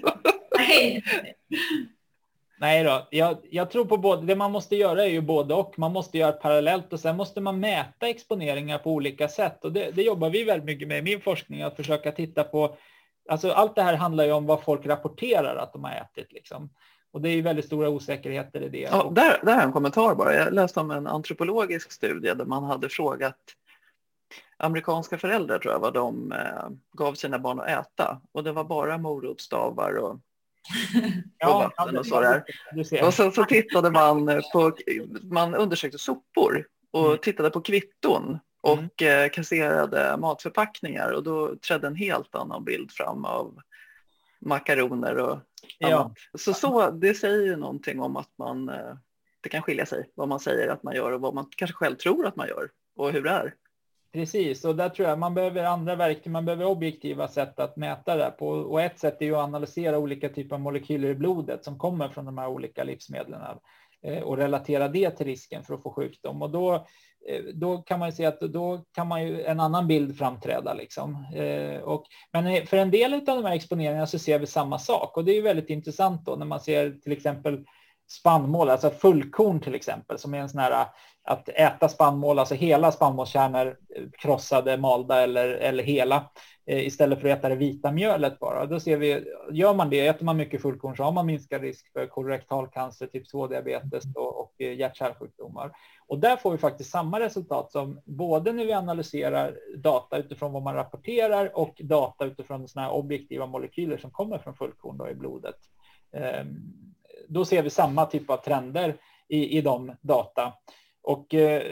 Nej då, jag tror på både, det man måste göra är ju både och, man måste göra parallellt och sen måste man mäta exponeringar på olika sätt, och det jobbar vi väldigt mycket med i min forskning, att försöka titta på alltså allt det här handlar ju om vad folk rapporterar att de har ätit liksom. Och det är ju väldigt stora osäkerheter i det. Ja, där är en kommentar bara. Jag läste om en antropologisk studie där man hade frågat amerikanska föräldrar, tror jag, vad de gav sina barn att äta. Och det var bara morotsstavar och vatten och sådär. Och sen så tittade man undersökte sopor och tittade på kvitton och kasserade matförpackningar. Och då trädde en helt annan bild fram av makaroner och annat. Så det säger ju någonting om att det kan skilja sig vad man säger att man gör och vad man kanske själv tror att man gör och hur det är. Precis, och där tror jag man behöver andra verktyg, man behöver objektiva sätt att mäta det på. Och ett sätt är ju att analysera olika typer av molekyler i blodet som kommer från de här olika livsmedlen och relatera det till risken för att få sjukdom. Och då kan man ju se att då kan man ju en annan bild framträda liksom. Men för en del av de här exponeringarna så ser vi samma sak, och det är ju väldigt intressant då när man ser till exempel spannmål, alltså fullkorn till exempel, som är en sån här att äta spannmål, alltså hela spannmålskärnor krossade, malda eller hela, istället för att äta det vita mjölet bara. Då ser vi, gör man det, äter man mycket fullkorn så har man minskad risk för kolorektalcancer, typ 2-diabetes och hjärt-kärlsjukdomar. Och där får vi faktiskt samma resultat som både när vi analyserar data utifrån vad man rapporterar och data utifrån såna här objektiva molekyler som kommer från fullkorn då i blodet. Då ser vi samma typ av trender i de data. Och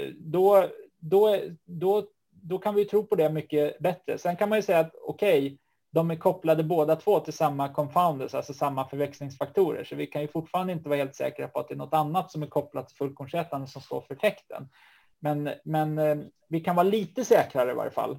då kan vi tro på det mycket bättre. Sen kan man ju säga att de är kopplade båda två till samma confounders, alltså samma förväxlingsfaktorer. Så vi kan ju fortfarande inte vara helt säkra på att det är något annat som är kopplat till fullkornsätande som står för effekten. Men vi kan vara lite säkrare i varje fall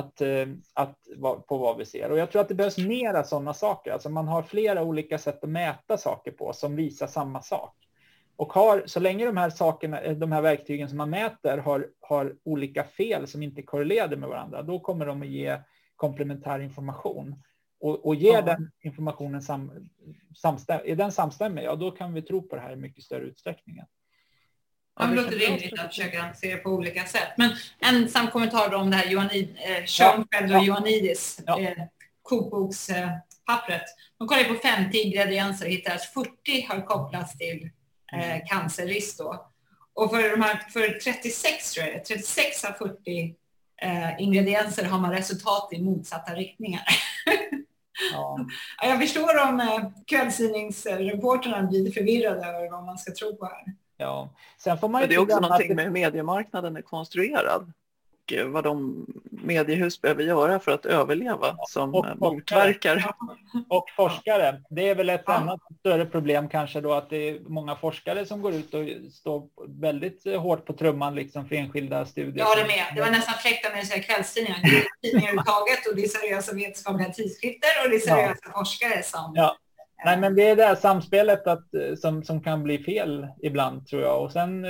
på vad vi ser. Och jag tror att det behövs mera sådana saker. Alltså man har flera olika sätt att mäta saker på som visar samma sak. Och så länge de här verktygen som man mäter har olika fel som inte korrelerade med varandra, då kommer de att ge komplementär information. Och ger den informationen är den samstämmig, då kan vi tro på det här i mycket större utsträckning. Ja, det låter rimligt att försöka se det på olika sätt. Men ensam kommentar om det här Schoenfeld och Ioannidis kokbokspappret. De kollar på 50 ingredienser och hittar att 40 har kopplats till cancerrisk då. Och för 36 tror jag, 36 av 40 ingredienser har man resultat i motsatta riktningar. Ja. Jag förstår om kvällstidningsreporterna blir förvirrade över vad man ska tro på här. Ja. Sen får man det är också någonting med mediemarknaden är konstruerad. Och vad de mediehus behöver göra för att överleva som motverkar. Och forskare. Det är väl ett annat större problem kanske då, att det är många forskare som går ut och står väldigt hårt på trumman liksom för enskilda studier. Ja, det var nästan fläkta med så här kvällstidningar. Tidningar överhuvudtaget, och det är seriösa vetenskapliga tidskrifter och det är seriösa forskare som... Ja. Nej, men det är det här samspelet som kan bli fel ibland, tror jag. Och sen,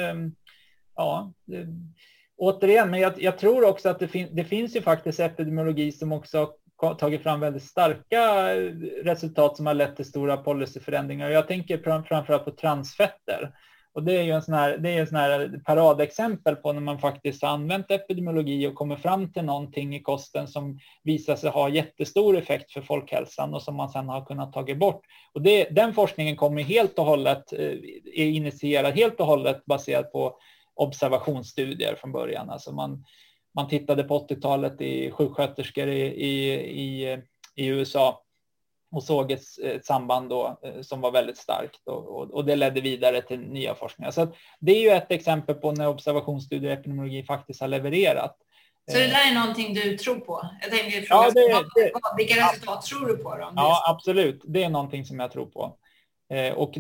återigen, men jag tror också att det finns ju faktiskt epidemiologi som också har tagit fram väldigt starka resultat som har lett till stora policyförändringar. Jag tänker framförallt på transfetter. Och det är ju en sån här paradexempel på när man faktiskt har använt epidemiologi och kommer fram till någonting i kosten som visar sig ha jättestor effekt för folkhälsan och som man sedan har kunnat ta bort. Och den forskningen kommer helt och hållet, är initierad helt och hållet baserat på observationsstudier från början. Alltså man tittade på 80-talet i sjuksköterskor i USA och såg ett samband då som var väldigt starkt och det ledde vidare till nya forskningar. Så det är ju ett exempel på när observationsstudier och epidemiologi faktiskt har levererat. Så det där är någonting du tror på? Jag tänkte fråga, vilka resultat tror du på då? Ja, absolut. Det är någonting som jag tror på. Och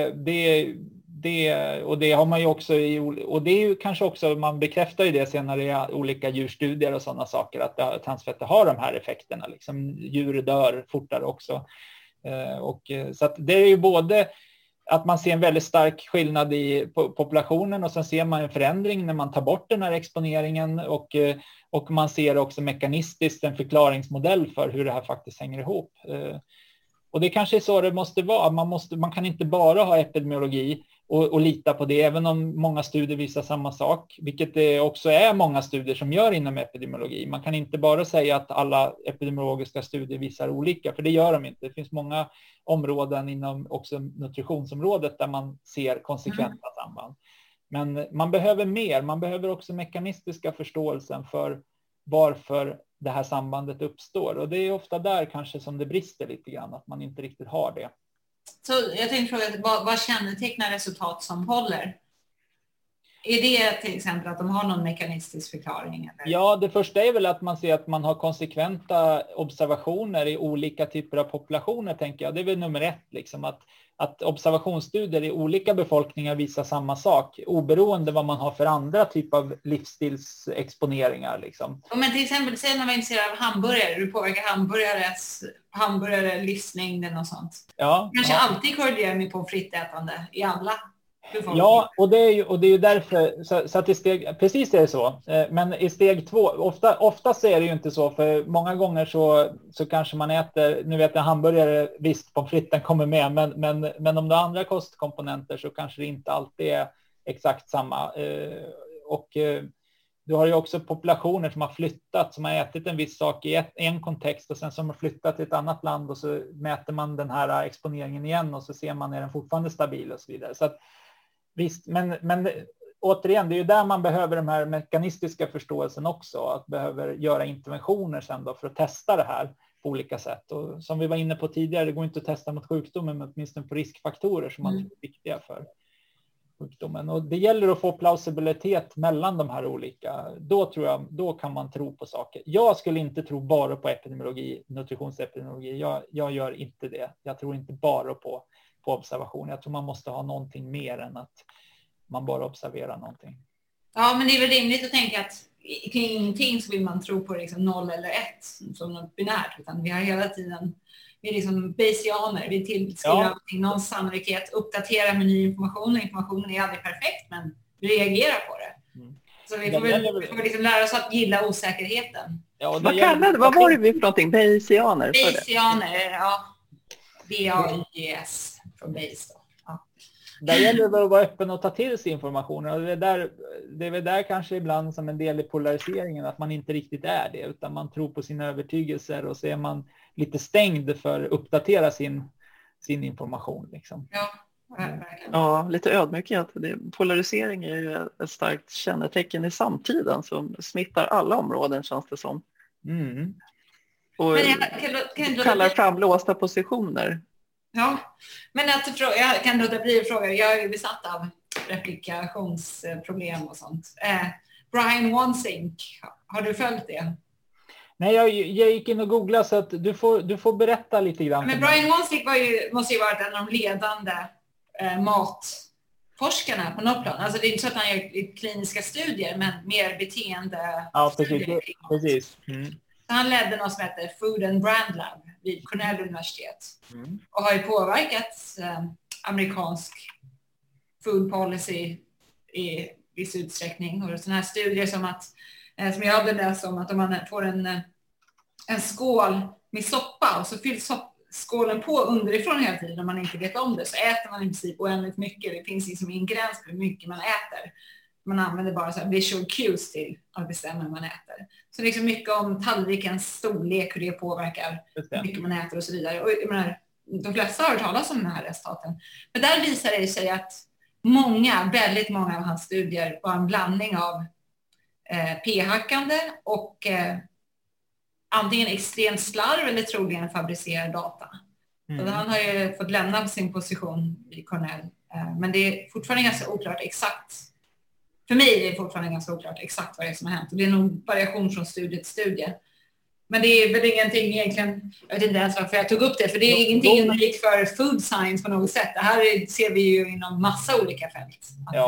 det har man ju också och det är ju kanske också, man bekräftar ju det senare i olika djurstudier och sådana saker, att transfetter har de här effekterna liksom, djur dör fortare också, så att det är ju både att man ser en väldigt stark skillnad i populationen och sen ser man en förändring när man tar bort den här exponeringen och man ser också mekanistiskt en förklaringsmodell för hur det här faktiskt hänger ihop. Och det kanske är så det måste vara. Man kan inte bara ha epidemiologi och lita på det, även om många studier visar samma sak, vilket det också är många studier som gör inom epidemiologi. Man kan inte bara säga att alla epidemiologiska studier visar olika, för det gör de inte. Det finns många områden inom också nutritionsområdet där man ser konsekventa samband. Men man behöver mer, man behöver också mekanistiska förståelsen för varför det här sambandet uppstår. Och det är ofta där kanske som det brister lite grann, att man inte riktigt har det. Så jag tänkte fråga, vad kännetecknar resultat som håller? Är det till exempel att de har någon mekanistisk förklaring? Eller? Ja, det första är väl att man ser att man har konsekventa observationer i olika typer av populationer, tänker jag. Det är väl nummer ett, liksom, att observationsstudier i olika befolkningar visar samma sak, oberoende vad man har för andra typer av livsstilsexponeringar. Liksom. Men till exempel, säg när man är intresserad av hamburgare, du påverkar hamburgare, livslängden och sånt. Ja, kanske alltid korrelerar med pommes frites-ätande i alla befolkningar. Ja, och det är ju därför, så att i steg, precis är det så. Men i steg 2, oftast är det ju inte så, för många gånger så kanske man äter, nu vet jag hamburgare, visst pommes fritesen kommer med, men om det är andra kostkomponenter så kanske det inte alltid är exakt samma. Och du har ju också populationer som har flyttat, som har ätit en viss sak i en kontext och sen som har flyttat till ett annat land, och så mäter man den här exponeringen igen och så ser man är den fortfarande stabil och så vidare. Så att visst, men återigen, det är ju där man behöver den här mekanistiska förståelsen också, att behöver göra interventioner sen då för att testa det här på olika sätt. Och som vi var inne på tidigare, det går inte att testa mot sjukdomen, men åtminstone på riskfaktorer som man tror är viktiga för sjukdomen. Och det gäller att få plausibilitet mellan de här olika. Då tror jag, då kan man tro på saker. Jag skulle inte tro bara på epidemiologi, nutritionsepidemiologi. Jag gör inte det. Jag tror inte bara på observation. Jag tror man måste ha någonting mer än att man bara observerar någonting. Ja, men det är väl rimligt att tänka att kring ingenting så vill man tro på liksom 0 eller 1 som något binärt, utan vi har hela tiden, vi är liksom bayesianer, vi tillskriver allting någon sannolikhet, uppdaterar med ny information. Informationen är aldrig perfekt, men vi reagerar på det. Så vi får liksom lära oss att gilla osäkerheten. Ja, vad var det vi för någonting? Bayesianer? Bayesianer, ja. B-A-Y-S från Bayes då. Ja. Där gäller det att vara öppen och ta till sig informationen. Och det är väl där kanske ibland som en del i polariseringen, att man inte riktigt är det, utan man tror på sina övertygelser och så är man lite stängd för att uppdatera sin information. Liksom. Ja, lite ödmjukhet. Polarisering är ju ett starkt kännetecken i samtiden som smittar alla områden, känns det som. Och kallar fram låsta positioner. Ja, men jag kan låta bli att fråga. Jag är ju besatt av replikationsproblem och sånt. Brian Wansink, har du följt det? Nej, jag gick in och googlade, så att du får berätta lite grann. Men Brian Wansink måste ju varit en av de ledande matforskarna på något plan. Alltså det är inte så att han gör kliniska studier, men mer beteende. Ja, precis. Han ledde något som heter Food and Brand Lab vid Cornell universitet och har ju påverkat amerikansk food policy i viss utsträckning. Och sådana här studier som jag hade läst om, att om man får en skål med soppa och så fylls skålen på underifrån hela tiden och man inte vet om det, så äter man i princip oändligt mycket. Det finns liksom ingen gräns för hur mycket man äter. Man använder bara så här visual cues till att bestämma hur man äter. Så liksom mycket om tallrikens storlek, hur det påverkar hur mycket man äter och så vidare. Och jag menar, de flesta har hört talas om den här resultaten. Men där visar det sig att väldigt många av hans studier var en blandning av p-hackande och antingen extremt slarv eller troligen fabricerad data. Så han har ju fått lämna sin position i Cornell. Men det är fortfarande ganska oklart exakt. För mig är det fortfarande ganska oklart exakt vad det är som har hänt. Och det är nog variation från studie till studie. Men det är väl ingenting egentligen, jag vet inte ens varför jag tog upp det, för det är ingenting unikt för food science på något sätt. Det här ser vi ju inom massa olika fält.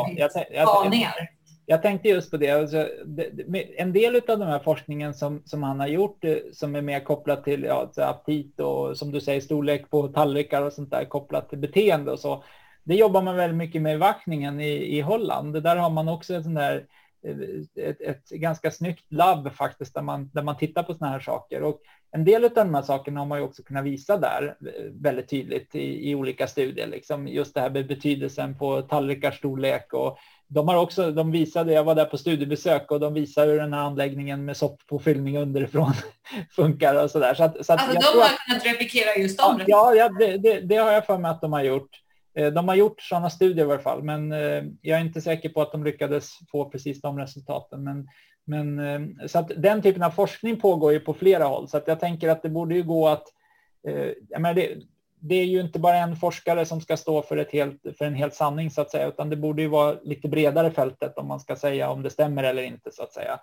Jag tänkte just på det. Alltså, en del av den här forskningen som han har gjort, som är mer kopplat till aptit och som du säger storlek på tallrikar och sånt där, kopplat till beteende och så. Det jobbar man väldigt mycket med i Wageningen i Holland. Där har man också en sån där ett ganska snyggt labb faktiskt där man tittar på såna här saker. Och en del av de här sakerna har man ju också kunnat visa där väldigt tydligt i olika studier. Liksom. Just det här med betydelsen på tallrikars storlek. Och de visade, jag var där på studiebesök och de visade hur den här anläggningen med soppåfyllning underifrån funkar och sådär. Så alltså de har kunnat replikera just dem? Ja, det har jag för mig att de har gjort. De har gjort sådana studier i alla fall, men jag är inte säker på att de lyckades få precis de resultaten. Men så att den typen av forskning pågår ju på flera håll, så att jag tänker att det borde ju gå att det är ju inte bara en forskare som ska stå för en hel sanning så att säga, utan det borde ju vara lite bredare fältet om man ska säga om det stämmer eller inte så att säga.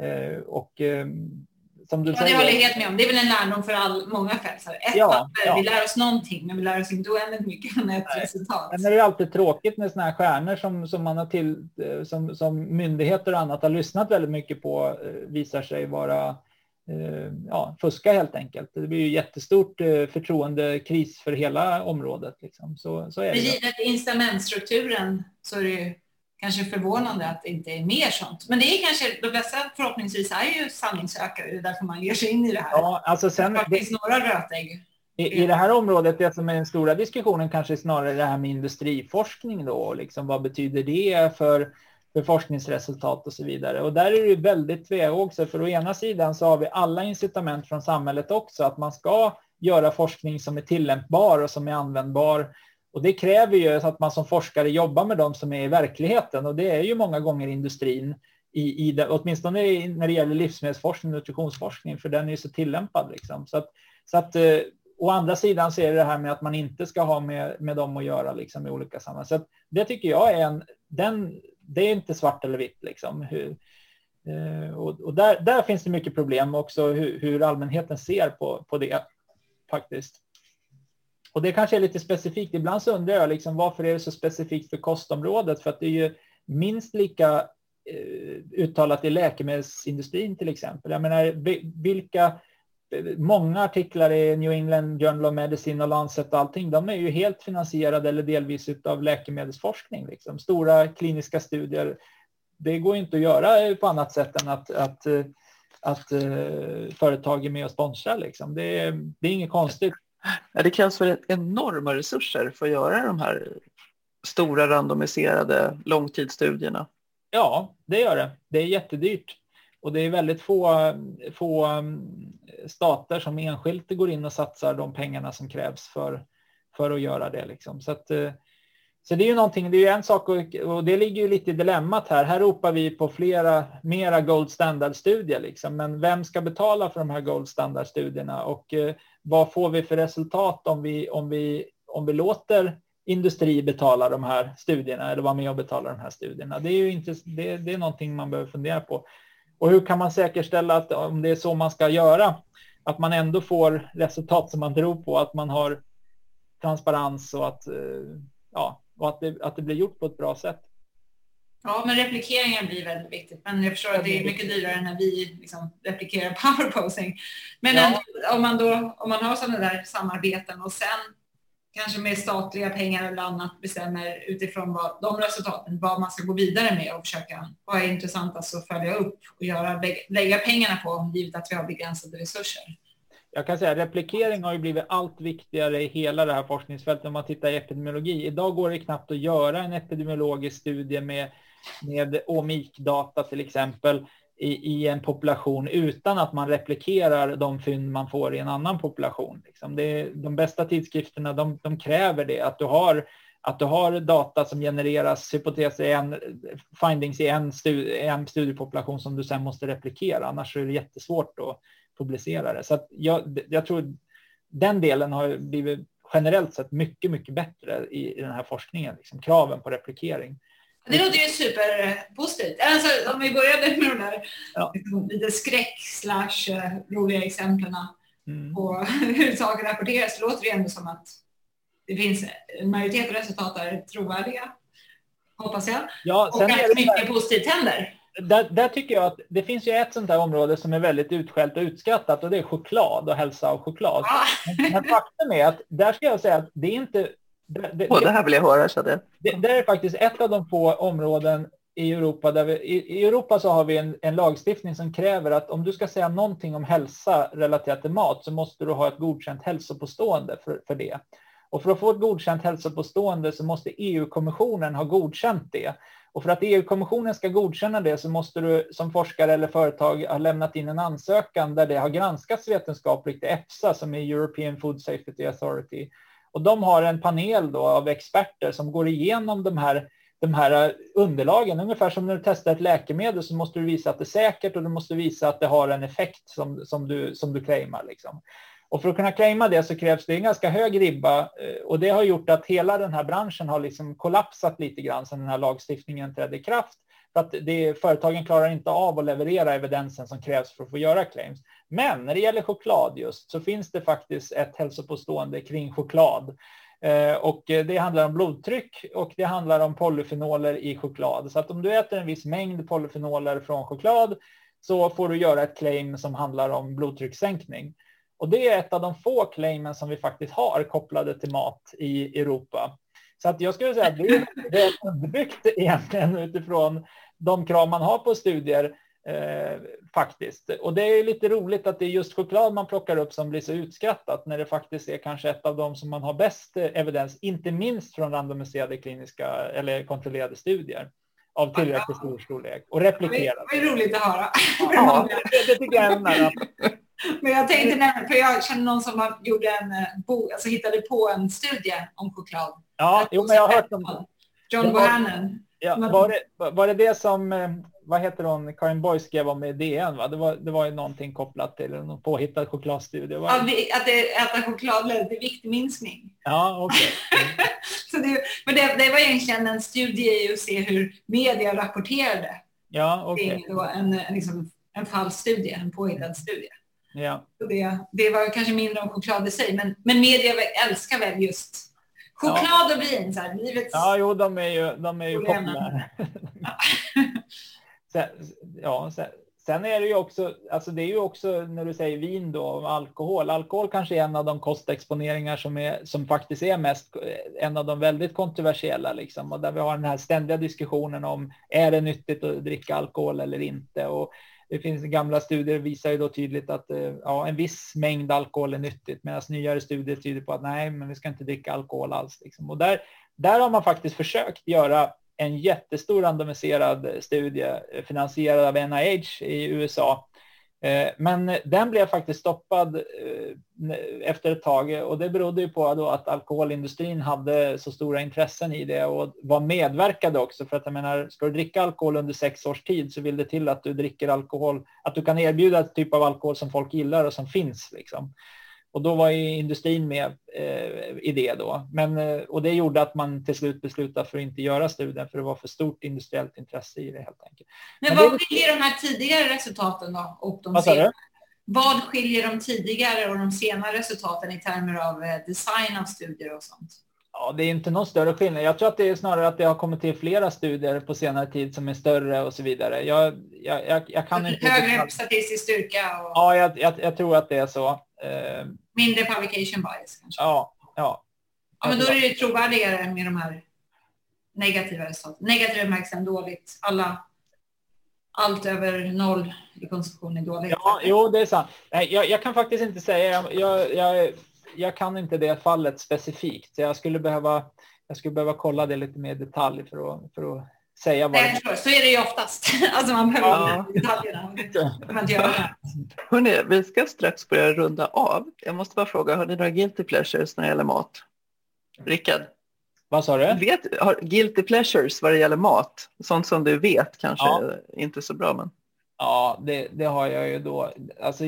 Som du säger, det håller jag helt med om. Det är väl en lärdom för många fält. Vi lär oss någonting, men vi lär oss inte oändligt mycket från ett resultat. Men det är alltid tråkigt med såna här stjärnor som man har som myndigheter och annat har lyssnat väldigt mycket på visar sig vara fuska helt enkelt. Det blir ju jättestort förtroendekris för hela området. Liksom. Så är det. Givet incitamentstrukturen så är det ju kanske förvånande att det inte är mer sånt. Men det är kanske, de flesta förhoppningsvis är ju sanningssökare. Det är därför man ger sig in i det här. Ja, alltså sen, det finns några rötägg. I det här området, det som är den stora diskussionen kanske snarare det här med industriforskning då. Liksom, vad betyder det för forskningsresultat och så vidare. Och där är det väldigt tvehågset. För å ena sidan så har vi alla incitament från samhället också. Att man ska göra forskning som är tillämpbar och som är användbar. Och det kräver ju att man som forskare jobbar med dem som är i verkligheten. Och det är ju många gånger industrin, åtminstone när det gäller livsmedelsforskning och nutritionsforskning, för den är ju så tillämpad. Liksom. Så att å andra sidan så är det här med att man inte ska ha med dem att göra liksom, i olika sammanhang. Så att det tycker jag det är inte svart eller vitt. Liksom. Och där finns det mycket problem också, hur allmänheten ser på det faktiskt. Och det kanske är lite specifikt. Ibland så undrar jag liksom, varför är det så specifikt för kostområdet? För att det är ju minst lika uttalat i läkemedelsindustrin till exempel. Jag menar, många artiklar i New England Journal of Medicine och Lancet och allting, de är ju helt finansierade eller delvis av läkemedelsforskning. Liksom. Stora kliniska studier, det går inte att göra på annat sätt än att företag är med och sponsrar. Liksom. Det är inget konstigt. Ja, det krävs för enorma resurser för att göra de här stora randomiserade långtidsstudierna. Ja, det gör det. Det är jättedyrt. Och det är väldigt få stater som enskilt går in och satsar de pengarna som krävs för att göra det. Liksom. Så det är ju någonting, det är ju en sak och det ligger ju lite i dilemmat här. Här ropar vi på mera gold standard-studier. Liksom. Men vem ska betala för de här gold standard-studierna? Och vad får vi för resultat om vi låter industri betala de här studierna eller vara med och betala de här studierna? Det är ju inte, det är någonting man behöver fundera på. Och hur kan man säkerställa att om det är så man ska göra, att man ändå får resultat som man tror på, att man har transparens och att det blir gjort på ett bra sätt. Ja, men replikeringen blir väldigt viktigt. Men jag förstår att det är mycket dyrare när vi liksom replikerar powerposing. Men ändå, om man har sådana där samarbeten och sen kanske med statliga pengar eller annat bestämmer utifrån de resultaten, vad man ska gå vidare med och försöka, vad är intressantast att följa upp och lägga pengarna på, givet att vi har begränsade resurser. Jag kan säga att replikering har ju blivit allt viktigare i hela det här forskningsfältet om man tittar i epidemiologi. Idag går det knappt att göra en epidemiologisk studie med omikdata till exempel i en population utan att man replikerar de fynd man får i en annan population. Liksom. De bästa tidskrifterna de kräver det, att du har data som genereras, hypoteser, findings i en studiepopulation som du sen måste replikera, annars är det jättesvårt att publicera det. Så att jag tror den delen har blivit generellt sett mycket, mycket bättre i den här forskningen, liksom, kraven på replikering. Det låter ju superpositivt. Alltså, om vi började med de där lite skräck/roliga exemplen på hur saker rapporteras, så låter det ändå som att det finns en majoritet av resultat är trovärdiga, hoppas jag. Ja, och att mycket positivt händer. Där tycker jag att det finns ju ett sånt här område som är väldigt utskällt och utskattat, och det är choklad och hälsa och choklad. Men faktum är att där ska jag säga att det är inte... Det här vill jag höra. Så det är faktiskt ett av de få områden i Europa. I Europa så har vi en lagstiftning som kräver att om du ska säga någonting om hälsa relaterat till mat så måste du ha ett godkänt hälsopåstående för det. Och för att få ett godkänt hälsopåstående så måste EU-kommissionen ha godkänt det. Och för att EU-kommissionen ska godkänna det så måste du som forskare eller företag ha lämnat in en ansökan där det har granskats vetenskapligt i EFSA, som är European Food Safety Authority. Och de har en panel då av experter som går igenom de här underlagen. Ungefär som när du testar ett läkemedel så måste du visa att det är säkert och du måste visa att det har en effekt som du claimar. Liksom. Och för att kunna claima det så krävs det en ganska hög ribba, och det har gjort att hela den här branschen har liksom kollapsat lite grann sedan den här lagstiftningen trädde i kraft. För att företagen klarar inte av att leverera evidensen som krävs för att få göra claims. Men när det gäller choklad just så finns det faktiskt ett hälsopåstående kring choklad. Och det handlar om blodtryck och det handlar om polyfenoler i choklad. Så att om du äter en viss mängd polyfenoler från choklad så får du göra ett claim som handlar om blodtryckssänkning. Och det är ett av de få claimen som vi faktiskt har kopplade till mat i Europa. Så att jag skulle säga att det är väl underbyggt egentligen utifrån de krav man har på studier faktiskt. Och det är lite roligt att det är just choklad man plockar upp som blir så utskattat när det faktiskt är kanske ett av de som man har bäst evidens, inte minst från randomiserade kliniska eller kontrollerade studier av tillräckligt stor storlek och replikerat. Det är roligt att höra. Ja, det tycker jag är. Men jag tänkte nämligen, för jag känner någon som gjorde hittade på en studie om choklad. Ja, men jag har hört om John Bohannon. Ja, var det som, vad heter hon, Karin Boy skrev om i DN, va? Det var ju någonting kopplat till någon påhittad chokladstudie. Att äta choklad ledde till viktminskning. Ja, okej. Men det var egentligen en studie i att se hur media rapporterade. Ja, okej. Det var en falsk studie, en påhittad studie. Ja. Det var kanske mindre om choklad i sig, men media älskar väl just choklad och vin, så här, livets... Ja, jo, de är ju populära. Sen är det ju också, alltså det är ju också när du säger vin då, om alkohol. Alkohol kanske är en av de kostexponeringar som faktiskt är mest, en av de väldigt kontroversiella liksom. Och där vi har den här ständiga diskussionen om, är det nyttigt att dricka alkohol eller inte? Och det finns gamla studier visar ju då tydligt att en viss mängd alkohol är nyttigt, medan nyare studier tyder på att nej, men vi ska inte dricka alkohol alls. Liksom. Och där har man faktiskt försökt göra en jättestor randomiserad studie finansierad av NIH i USA. Men den blev faktiskt stoppad efter ett tag, och det berodde ju på då att alkoholindustrin hade så stora intressen i det och var medverkade också, för att jag menar, ska du dricka alkohol under 6 års tid så vill det till att du dricker alkohol, att du kan erbjuda ett typ av alkohol som folk gillar och som finns liksom. Och då var ju industrin med i det då. Och det gjorde att man till slut beslutade för att inte göra studien, för det var för stort industriellt intresse i det helt enkelt. Men vad skiljer de här tidigare resultaten då? Och vad skiljer de tidigare och de senare resultaten i termer av design av studier och sånt? Ja, det är inte någon större skillnad. Jag tror att det är snarare att det har kommit till flera studier på senare tid som är större och så vidare. Jag kan inte... Högre statistisk styrka? Och... Ja, jag tror att det är så. Mindre publication bias kanske? Ja, men då är det trovärdigare med de här negativa resultaten. Negativa märks än dåligt. Allt över 0 i konsumtion är dåligt. Ja, jo, det är sant. Nej, jag kan faktiskt inte säga... Jag kan inte det fallet specifikt. Så jag skulle behöva kolla det lite mer i detalj för att säga vad... Så är det ju oftast. Alltså man behöver detaljerna. Man inte göra det. Hörrni, vi ska strax börja runda av. Jag måste bara fråga, har ni några guilty pleasures när det gäller mat? Rickard? Vad sa du? Har guilty pleasures vad det gäller mat? Sånt som du vet kanske inte så bra, men... Ja, det har jag ju då. Alltså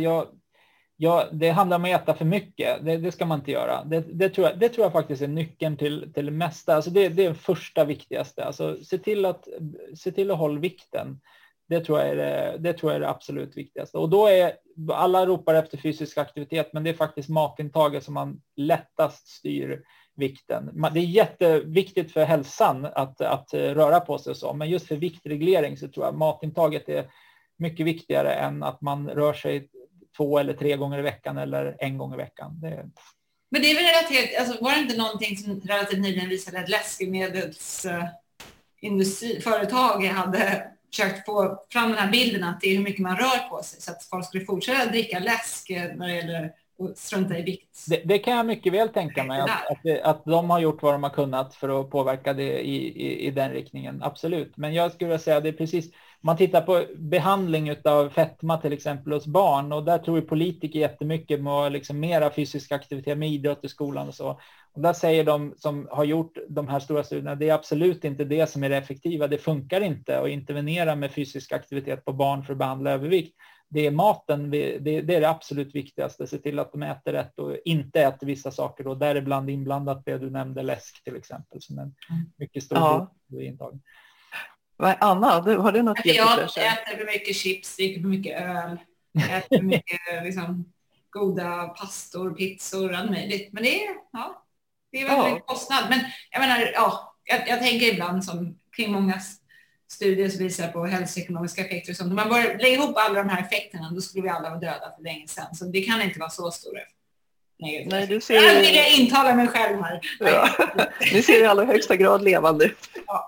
det handlar om att äta för mycket. Det ska man inte göra. Det tror jag faktiskt är nyckeln till det mesta. Alltså det är det första viktigaste. Alltså se till att hålla vikten. Det tror jag är det absolut viktigaste. Och då är alla ropar efter fysisk aktivitet, men det är faktiskt matintaget som man lättast styr vikten. Det är jätteviktigt för hälsan att röra på sig och så, men just för viktreglering så tror jag matintaget är mycket viktigare än att man rör sig 2 eller 3 gånger i veckan eller 1 gång i veckan. Men det är väl relativt, alltså var det inte någonting som relativt nyligen visade att läskemedels företag hade försökt få fram den här bilden att det är hur mycket man rör på sig så att folk skulle fortsätta dricka läsk när det gäller att strunta i vikt. Det kan jag mycket väl tänka mig att de har gjort vad de har kunnat för att påverka det i den riktningen. Absolut. Men jag skulle säga att det är precis, man tittar på behandling av fetma till exempel hos barn, och där tror ju politiker jättemycket med liksom mera fysisk aktivitet med idrott i skolan och så. Och där säger de som har gjort de här stora studierna, det är absolut inte det som är det effektiva. Det funkar inte att intervenera med fysisk aktivitet på barn för att behandla övervikt. Det är maten, det är det absolut viktigaste. Se till att de äter rätt och inte äter vissa saker. Och däribland inblandat det du nämnde, läsk till exempel, som en mycket stor del intag. Anna, har du något? Jag äter för mycket chips, dricker för mycket öl, äter för mycket liksom, goda pastor, pizzor, allt möjligt. Men det är väl en kostnad. Men jag menar, jag tänker ibland som kring många studier som visar på hälsoekonomiska effekter och sånt. Om man börjar lägga ihop alla de här effekterna, då skulle vi alla vara döda för länge sedan. Så det kan inte vara så stora negativa. Nej, du ser... Jag vill intala mig själv här. Ja. Ni ser i allra högsta grad levande ut.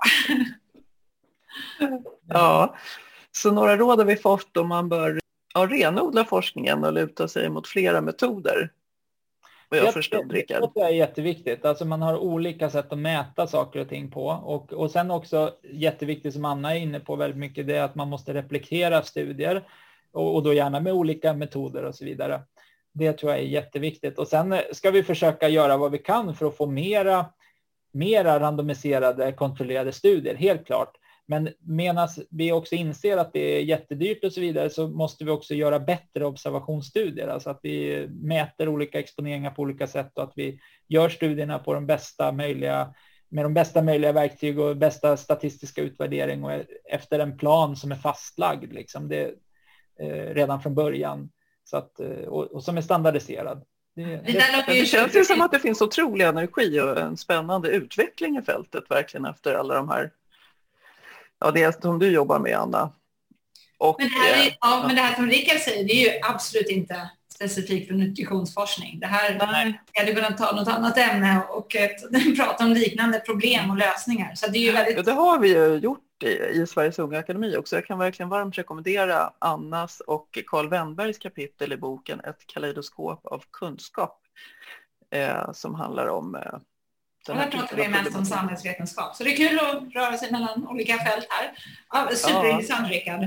Ja. Så några råd har vi fått om man bör renodla forskningen och luta sig mot flera metoder. Jag förstod, Rickard. Det är jätteviktigt. Alltså man har olika sätt att mäta saker och ting på. Och sen också jätteviktigt, som Anna är inne på väldigt mycket, det är att man måste replikera studier. Och då gärna med olika metoder och så vidare. Det tror jag är jätteviktigt. Och sen ska vi försöka göra vad vi kan för att få mera randomiserade, kontrollerade studier, helt klart. Men medan vi också inser att det är jättedyrt och så vidare, så måste vi också göra bättre observationsstudier. Alltså att vi mäter olika exponeringar på olika sätt och att vi gör studierna på med de bästa möjliga verktyg och bästa statistiska utvärdering och efter en plan som är fastlagd liksom, redan från början. Så att, och som är standardiserad. Det känns ju som att det finns otrolig energi och en spännande utveckling i fältet verkligen efter alla de här. Ja, det är som du jobbar med, Anna. Och, men det här som Rickard säger, det är ju absolut inte specifikt för nutritionsforskning. Det här hade kunnat ta något annat ämne och prata om liknande problem och lösningar. Så det är ju väldigt... Det har vi ju gjort i Sveriges Unga Akademi också. Jag kan verkligen varmt rekommendera Annas och Carl Wennbergs kapitel i boken Ett kaleidoskop av kunskap, som handlar om... Och här pratar vi mest om samhällsvetenskap. Så det är kul att röra sig mellan olika fält här. Superintressant, Rickard.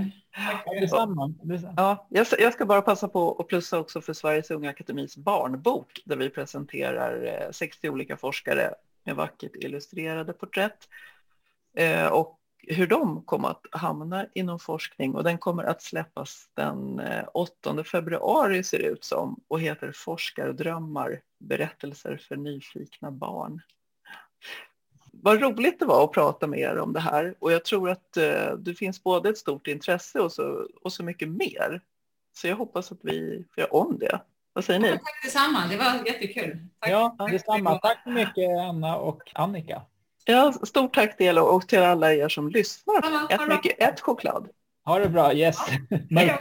Ja, jag ska bara passa på att plussa också för Sveriges Unga Akademis barnbok, där vi presenterar 60 olika forskare med vackert illustrerade porträtt och hur de kommer att hamna inom forskning. Och den kommer att släppas den 8 februari ser det ut som, och heter Forskardrömmar, berättelser för nyfikna barn. Vad roligt det var att prata med er om det här, och jag tror att det finns både ett stort intresse och så mycket mer. Så jag hoppas att vi får göra om det. Vad säger ni? Tack detsamma, det var jättekul. Tack. Ja, detsamma. Tack så mycket, Anna och Annika. Ja, stort tack till er och till alla er som lyssnar. Ät choklad. Ha det bra, yes. Ja.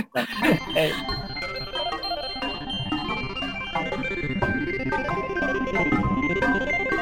Hej.